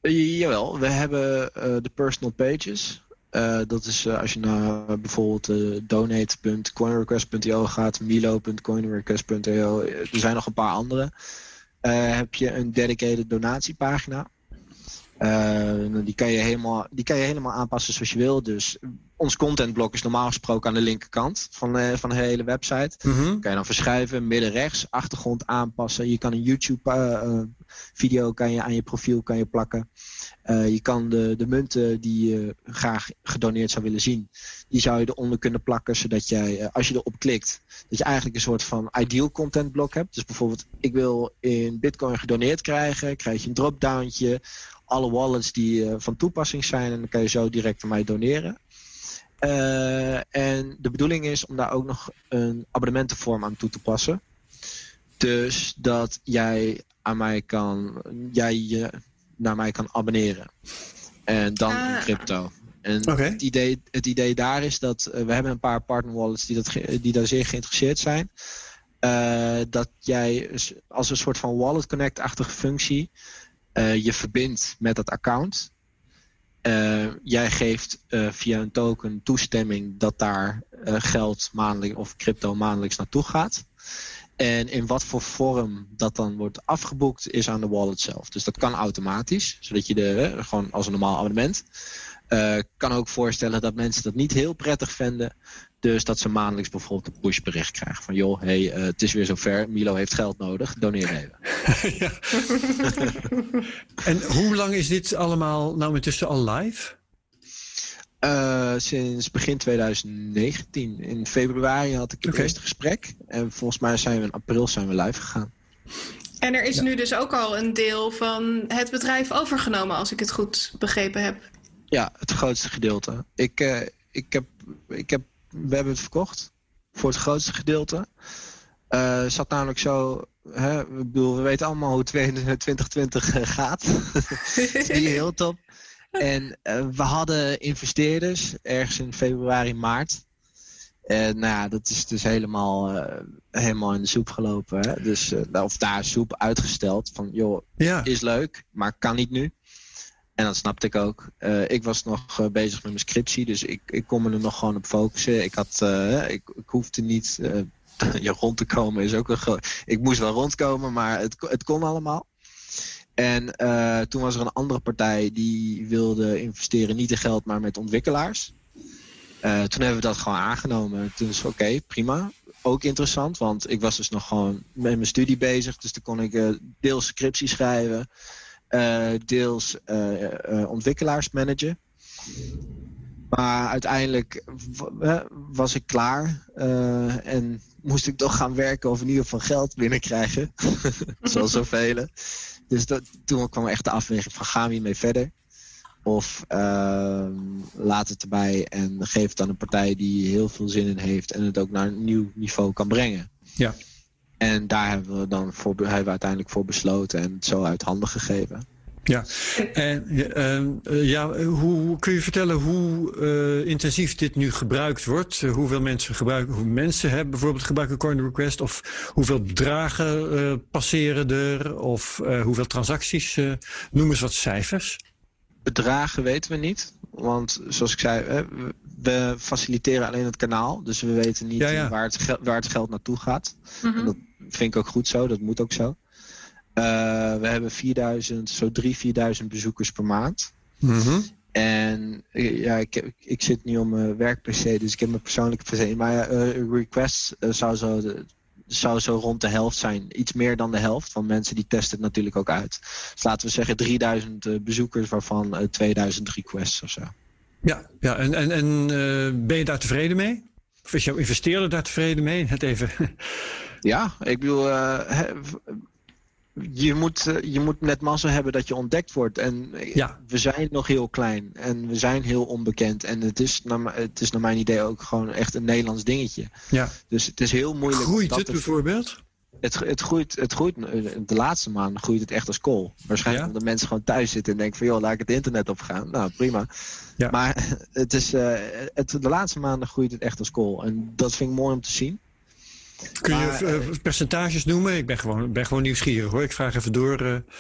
Uh, jawel, we hebben uh, de personal pages. Uh, dat is uh, als je naar uh, bijvoorbeeld uh, donate punt coinrequest punt i o gaat, milo punt coinrequest punt i o. Er zijn nog een paar andere. Uh, heb je een dedicated donatiepagina. Uh, die, kan je helemaal, die kan je helemaal aanpassen zoals je wil. Dus ons contentblok is normaal gesproken aan de linkerkant van, uh, van de hele website. Mm-hmm. Kan je dan verschuiven, midden rechts, achtergrond aanpassen. Je kan een YouTube uh, uh, video kan je aan je profiel kan je plakken. Uh, je kan de, de munten die je graag gedoneerd zou willen zien, die zou je eronder kunnen plakken, zodat jij, uh, als je erop klikt, dat je eigenlijk een soort van ideal content blok hebt. Dus bijvoorbeeld, ik wil in Bitcoin gedoneerd krijgen, krijg je een dropdowntje, alle wallets die uh, van toepassing zijn en dan kan je zo direct aan mij doneren. Uh, en de bedoeling is om daar ook nog een abonnementenvorm aan toe te passen. Dus dat jij aan mij kan, jij je naar mij kan abonneren. En dan ah. in crypto. En okay. het, idee, het idee daar is dat uh, we hebben een paar partner wallets die, dat, die daar zeer geïnteresseerd zijn. Uh, dat jij als een soort van wallet connect-achtige functie uh, je verbindt met dat account. Uh, jij geeft uh, via een token toestemming dat daar uh, geld maandelijks of crypto maandelijks naartoe gaat. En in wat voor vorm dat dan wordt afgeboekt is aan de wallet zelf. Dus dat kan automatisch, zodat je de uh, gewoon als een normaal abonnement. Uh, kan ook voorstellen dat mensen dat niet heel prettig vinden. Dus dat ze maandelijks bijvoorbeeld een pushbericht krijgen van joh, hey, uh, het is weer zover, Milo heeft geld nodig, doneer even. Ja. En hoe lang is dit allemaal nou intussen al live? Uh, sinds begin twintig negentien. In februari had ik het okay. eerste gesprek. En volgens mij zijn we in april zijn we live gegaan. En er is ja. nu dus ook al een deel van het bedrijf overgenomen, als ik het goed begrepen heb. Ja, het grootste gedeelte. Ik, uh, ik heb, ik heb, we hebben het verkocht voor het grootste gedeelte. Uh, zat namelijk zo, hè, ik bedoel, we weten allemaal hoe twintig twintig gaat. Het is niet heel top. En uh, we hadden investeerders ergens in februari, maart. En nou ja, dat is dus helemaal, uh, helemaal in de soep gelopen. Hè? Dus, uh, of daar soep uitgesteld. Van joh, ja. is leuk, maar kan niet nu. En dat snapte ik ook. Uh, ik was nog uh, bezig met mijn scriptie, dus ik, ik kon me er nog gewoon op focussen. Ik, had, uh, ik, ik hoefde niet uh, ja, rond te komen. Is ook een gro- ik moest wel rondkomen, maar het, het kon allemaal. En uh, toen was er een andere partij die wilde investeren, niet in geld, maar met ontwikkelaars. Uh, toen hebben we dat gewoon aangenomen. Toen is oké, okay, prima. Ook interessant, want ik was dus nog gewoon met mijn studie bezig. Dus dan kon ik uh, deels scriptie schrijven, uh, deels uh, uh, ontwikkelaars managen. Maar uiteindelijk w- was ik klaar uh, en moest ik toch gaan werken of in ieder geval geld binnenkrijgen. Zoals zoveel. Dus dat, toen kwam echt de afweging van gaan we hiermee verder? Of uh, laat het erbij en geef het aan een partij die heel veel zin in heeft en het ook naar een nieuw niveau kan brengen. Ja. En daar hebben we dan voor, hebben we uiteindelijk voor besloten en het zo uit handen gegeven. Ja, en uh, ja, hoe kun je vertellen hoe uh, intensief dit nu gebruikt wordt? Uh, hoeveel mensen gebruiken, hoe mensen hebben bijvoorbeeld gebruiken CoinRequest, of hoeveel bedragen uh, passeren er, of uh, hoeveel transacties? Uh, noem eens wat cijfers. Bedragen weten we niet, want zoals ik zei, we faciliteren alleen het kanaal, dus we weten niet ja, ja. Waar, het geld, waar het geld naartoe gaat. Mm-hmm. En dat vind ik ook goed zo, dat moet ook zo. Uh, we hebben vierduizend, zo drieduizend, vierduizend bezoekers per maand. Mm-hmm. En ja, ik, ik zit nu op mijn werk-P C, dus ik heb mijn persoonlijke P C. Maar uh, requests uh, zou, zo de, zou zo rond de helft zijn. Iets meer dan de helft, want mensen die testen het natuurlijk ook uit. Dus laten we zeggen drieduizend uh, bezoekers, waarvan uh, tweeduizend requests of zo. Ja, ja en, en, en uh, ben je daar tevreden mee? Of is jouw investeerder daar tevreden mee? Het even... Ja, ik bedoel... Uh, he, Je moet, je moet net massa hebben dat je ontdekt wordt. En ja. we zijn nog heel klein. En we zijn heel onbekend. En het is, naar, het is naar mijn idee ook gewoon echt een Nederlands dingetje. Ja. Dus het is heel moeilijk. Groeit het bijvoorbeeld? Het, het, groeit, het groeit, de laatste maanden groeit het echt als kool. Waarschijnlijk ja. omdat mensen gewoon thuis zitten en denken van joh, laat ik het internet opgaan. Nou, prima. Ja. Maar het is, uh, het, de laatste maanden groeit het echt als kool. En dat vind ik mooi om te zien. Kun je maar, uh, percentages noemen? Ik ben gewoon, ben gewoon nieuwsgierig hoor. Ik vraag even door. Uh...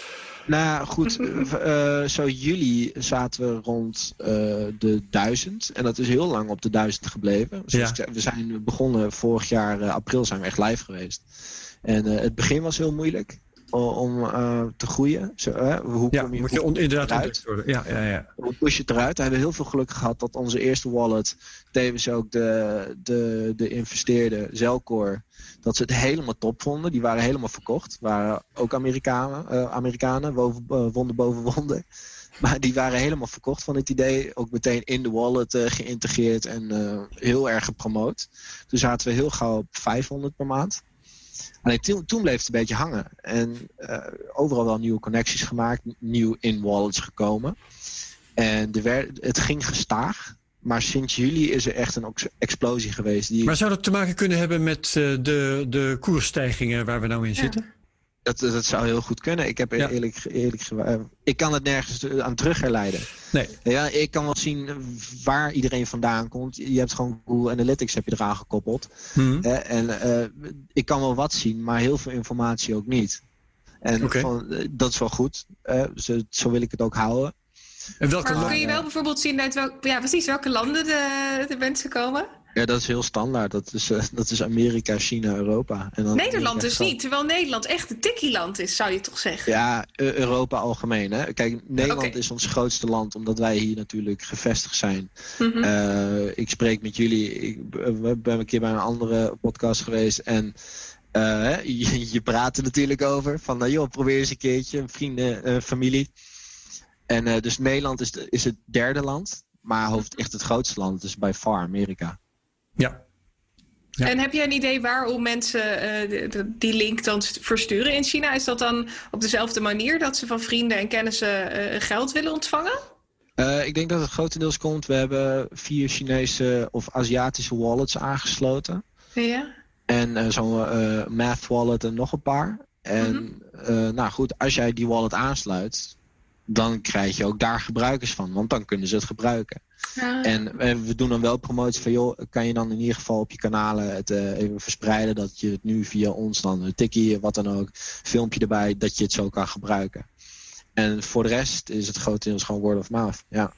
Nou goed, uh, zo juli zaten we rond uh, de duizend. En dat is heel lang op de duizend gebleven. Dus ja. We zijn begonnen vorig jaar uh, april zijn we echt live geweest. En uh, het begin was heel moeilijk om uh, te groeien. Zo, uh, hoe ja, kom je, moet je on- inderdaad eruit worden. Ja, ja, ja. Hoe push je het eruit? We hebben heel veel geluk gehad dat onze eerste wallet, tevens ook de, de, de investeerder, Zelcore, dat ze het helemaal top vonden. Die waren helemaal verkocht. Waren ook Amerikanen, uh, Amerikanen woven, uh, wonder boven wonder. Maar die waren helemaal verkocht van het idee. Ook meteen in de wallet uh, geïntegreerd en uh, heel erg gepromoot. Toen zaten we heel gauw op vijfhonderd per maand. Alleen toen, toen bleef het een beetje hangen. En uh, overal wel nieuwe connecties gemaakt. Nieuw in wallets gekomen. En de wer- het ging gestaag. Maar sinds juli is er echt een explosie geweest. Die... Maar zou dat te maken kunnen hebben met uh, de, de koersstijgingen waar we nou in zitten? Ja. Dat, dat zou heel goed kunnen. Ik heb ja. eerlijk, eerlijk uh, ik kan het nergens aan terug herleiden. Nee. Ja, ik kan wel zien waar iedereen vandaan komt. Je hebt gewoon Google Analytics heb je eraan gekoppeld. Hmm. Uh, en uh, ik kan wel wat zien, maar heel veel informatie ook niet. En okay. van, uh, dat is wel goed. Uh, zo, zo wil ik het ook houden. En welke maar kun je wel bijvoorbeeld zien uit welk, ja, precies welke landen de, de mensen komen? Ja, dat is heel standaard. Dat is, uh, dat is Amerika, China, Europa. En dan Nederland dus niet, terwijl Nederland echt een tikkie-land is, zou je toch zeggen? Ja, uh, Europa algemeen. Hè? Kijk, Nederland okay. is ons grootste land, omdat wij hier natuurlijk gevestigd zijn. Mm-hmm. Uh, ik spreek met jullie, ik uh, ben een keer bij een andere podcast geweest en uh, je, je praat er natuurlijk over. Van, nou joh, probeer eens een keertje, vrienden, uh, familie. En uh, dus Nederland is, de, is het derde land, maar hoofd echt het grootste land. Dus by far Amerika. Ja. ja. En heb jij een idee waarom mensen uh, de, de, die link dan versturen in China? Is dat dan op dezelfde manier dat ze van vrienden en kennissen uh, geld willen ontvangen? Uh, ik denk dat het grotendeels komt. We hebben vier Chinese of Aziatische wallets aangesloten. Ja. En uh, zo'n uh, Math wallet en nog een paar. En mm-hmm. uh, nou goed, als jij die wallet aansluit, dan krijg je ook daar gebruikers van. Want dan kunnen ze het gebruiken. Ja. En we doen dan wel promotie van, joh, kan je dan in ieder geval op je kanalen het uh, even verspreiden, dat je het nu via ons dan een tikkie, wat dan ook, filmpje erbij, dat je het zo kan gebruiken. En voor de rest is het grotendeels gewoon word of mouth, ja.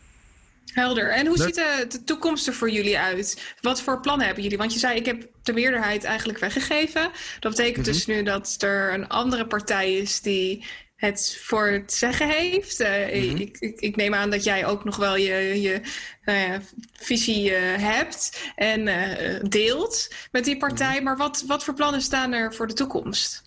Helder. En hoe ziet de, de toekomst er voor jullie uit? Wat voor plannen hebben jullie? Want je zei, ik heb de meerderheid eigenlijk weggegeven. Dat betekent mm-hmm. dus nu dat er een andere partij is die het voor het zeggen heeft. Uh, mm-hmm. ik, ik, ik neem aan dat jij ook nog wel je, je uh, visie uh, hebt en uh, deelt met die partij. Mm-hmm. Maar wat, wat voor plannen staan er voor de toekomst?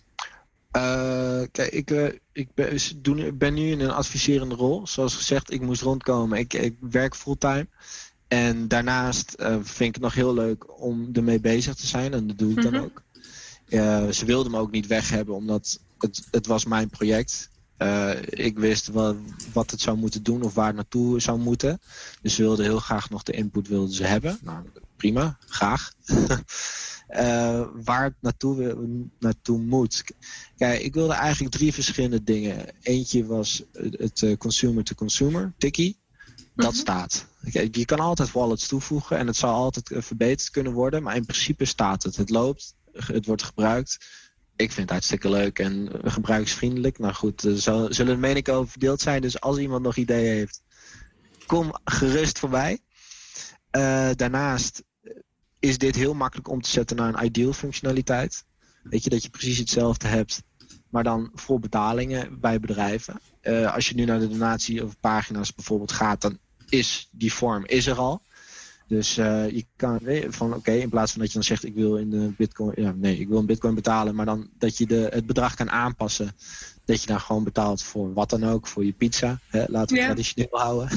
Uh, kijk, ik, uh, ik ben, doen, ben nu in een adviserende rol. Zoals gezegd, ik moest rondkomen. Ik, ik werk fulltime. En daarnaast uh, vind ik het nog heel leuk om ermee bezig te zijn. En dat doe ik mm-hmm. dan ook. Uh, ze wilden me ook niet weg hebben, omdat het, het was mijn project. Uh, ik wist wat, wat het zou moeten doen of waar het naartoe zou moeten. Dus ze wilden heel graag nog de input wilden ze hebben. Nou, prima, graag. uh, waar het naartoe, naartoe moet. Kijk, ik wilde eigenlijk drie verschillende dingen. Eentje was het uh, consumer-to-consumer, tikkie. Dat mm-hmm. staat. Kijk, je kan altijd wallets toevoegen en het zal altijd uh, verbeterd kunnen worden. Maar in principe staat het. Het loopt, het wordt gebruikt. Ik vind het hartstikke leuk en gebruiksvriendelijk. Nou goed, er zal, zullen de meningen over verdeeld zijn. Dus als iemand nog ideeën heeft, kom gerust voorbij. Uh, daarnaast is dit heel makkelijk om te zetten naar een ideal functionaliteit. Weet je, dat je precies hetzelfde hebt, maar dan voor betalingen bij bedrijven. Uh, als je nu naar de donatie of pagina's bijvoorbeeld gaat, dan is die vorm is er al. Dus uh, je kan van oké, okay, in plaats van dat je dan zegt ik wil in de bitcoin, ja, nee, ik wil een bitcoin betalen, maar dan dat je de, het bedrag kan aanpassen, dat je dan gewoon betaalt voor wat dan ook, voor je pizza, hè, laten we het yeah. traditioneel houden.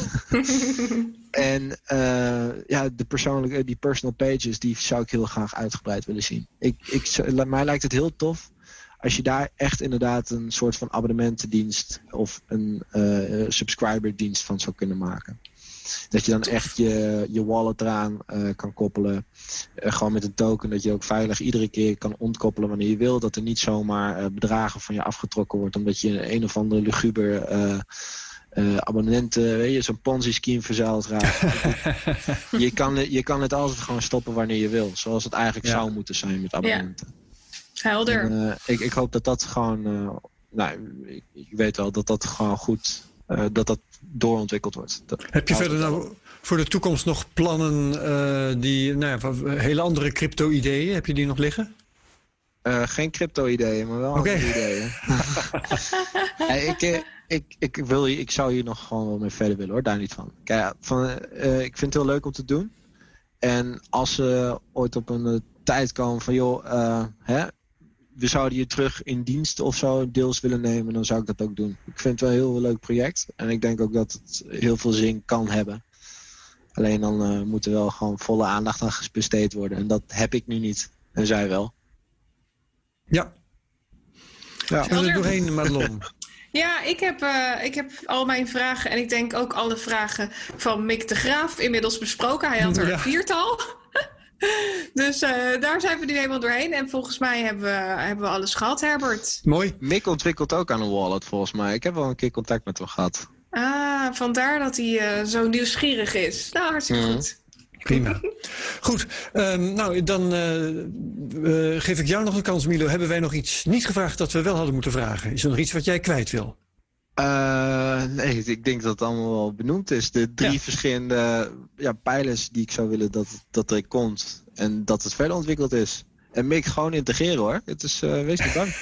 En uh, ja, de persoonlijke, die personal pages, die zou ik heel graag uitgebreid willen zien. Ik, ik, mij lijkt het heel tof als je daar echt inderdaad een soort van abonnementendienst of een uh, subscriberdienst van zou kunnen maken. Dat je dan echt je, je wallet eraan uh, kan koppelen. Uh, gewoon met een token dat je ook veilig iedere keer kan ontkoppelen wanneer je wil. Dat er niet zomaar uh, bedragen van je afgetrokken wordt. Omdat je een of andere luguber uh, uh, abonnenten, weet je, zo'n Ponzi-scheme verzeild raakt. je, kan, je kan het altijd gewoon stoppen wanneer je wil. Zoals het eigenlijk ja. zou moeten zijn met abonnementen. Ja. Helder. En, uh, ik, ik hoop dat dat gewoon uh, nou, ik, ik weet wel dat dat gewoon goed, uh, dat dat doorontwikkeld wordt. Dat, Heb je verder nou voor de toekomst nog plannen uh, die, nou ja, hele andere crypto-ideeën, heb je die nog liggen? Uh, geen crypto-ideeën, maar wel okay. andere ideeën. ja, ik, ik, ik, wil, ik zou hier nog gewoon wel mee verder willen hoor, daar niet van. Kijk, van uh, ik vind het heel leuk om te doen. En als ze ooit op een uh, tijd komen van joh, uh, hè, we zouden je terug in dienst of zo deels willen nemen, dan zou ik dat ook doen. Ik vind het wel een heel leuk project. En ik denk ook dat het heel veel zin kan hebben. Alleen dan uh, moet er wel gewoon volle aandacht aan besteed worden. En dat heb ik nu niet. En zij wel. Ja. Ja. Gaan we er doorheen, Madelon? Ja, ik heb, uh, ik heb al mijn vragen en ik denk ook alle vragen van Mick de Graaf inmiddels besproken. Hij had er ja. een viertal. Dus uh, daar zijn we nu helemaal doorheen. En volgens mij hebben we, hebben we alles gehad, Herbert. Mooi. Mick ontwikkelt ook aan een wallet volgens mij. Ik heb wel een keer contact met hem gehad. Ah, vandaar dat hij uh, zo nieuwsgierig is. Nou, hartstikke mm. goed. Prima. Goed, um, nou dan uh, uh, geef ik jou nog een kans, Milo. Hebben wij nog iets niet gevraagd dat we wel hadden moeten vragen? Is er nog iets wat jij kwijt wil? Uh, nee, ik denk dat het allemaal wel benoemd is. De drie ja. verschillende ja, pijlers die ik zou willen dat, dat er komt. En dat het verder ontwikkeld is. En Mick, gewoon integreren hoor. Het is, uh, wees niet bang.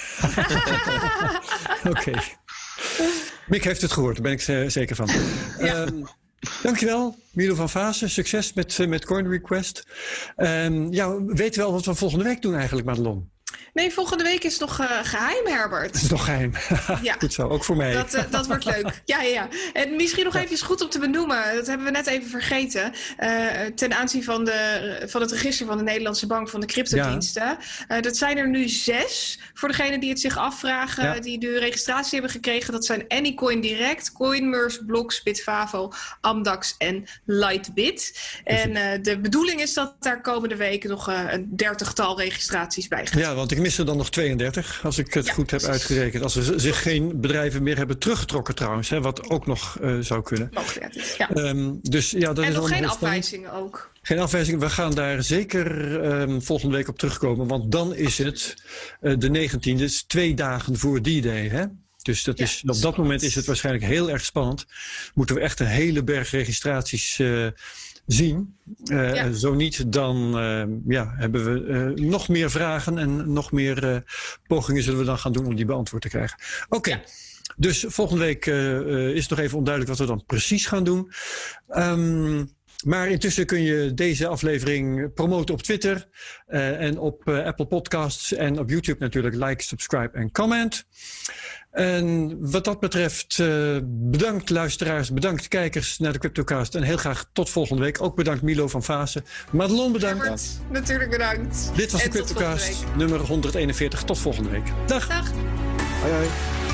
Oké. Okay. Mick heeft het gehoord, daar ben ik uh, zeker van. Ja. Um, Dankjewel, Milo van Vaassen. Succes met, met CoinRequest. Um, ja, weet wel wat we volgende week doen eigenlijk, Madelon? Nee, volgende week is nog uh, geheim, Herbert. Het is nog geheim. Ja. Goed zo, ook voor mij. Dat, uh, dat wordt leuk. Ja, ja, ja. En misschien nog even goed om te benoemen. Dat hebben we net even vergeten. Uh, ten aanzien van, de, van het register van de Nederlandse Bank van de cryptodiensten. Ja. Uh, dat zijn er nu zes. Voor degenen die het zich afvragen. Ja. Die de registratie hebben gekregen. Dat zijn Anycoin Direct, Coinmerse, Blocks, Bitvavo, Amdax en Lightbit. En uh, de bedoeling is dat daar komende weken nog uh, een dertigtal registraties bij gaan. Ja, want ik mis er dan nog tweeëndertig, als ik het ja, goed heb precies. uitgerekend. Als er zich geen bedrijven meer hebben teruggetrokken trouwens, hè, wat ook nog uh, zou kunnen. Mogelijk, ja. Um, dus, ja, dat en is nog geen afwijzingen ook. Geen afwijzingen. We gaan daar zeker um, volgende week op terugkomen, want dan is het uh, de negentiende, dus twee dagen voor die day, hè? Dus dat is, ja, op dat moment is het waarschijnlijk heel erg spannend. Moeten we echt een hele berg registraties uh, zien. Uh, ja. Zo niet, dan uh, ja, hebben we uh, nog meer vragen en nog meer uh, pogingen zullen we dan gaan doen om die beantwoord te krijgen. Oké, okay. ja. Dus volgende week uh, uh, is het nog even onduidelijk wat we dan precies gaan doen. Um, Maar intussen kun je deze aflevering promoten op Twitter uh, en op uh, Apple Podcasts en op YouTube natuurlijk. Like, subscribe en comment. En wat dat betreft, uh, bedankt luisteraars, bedankt kijkers naar de CryptoCast en heel graag tot volgende week. Ook bedankt Milo van Vaassen. Madelon bedankt. Herbert, natuurlijk bedankt. Dit was en de CryptoCast nummer honderdeenenveertig. Tot volgende week. Dag. Dag. Hoi hoi.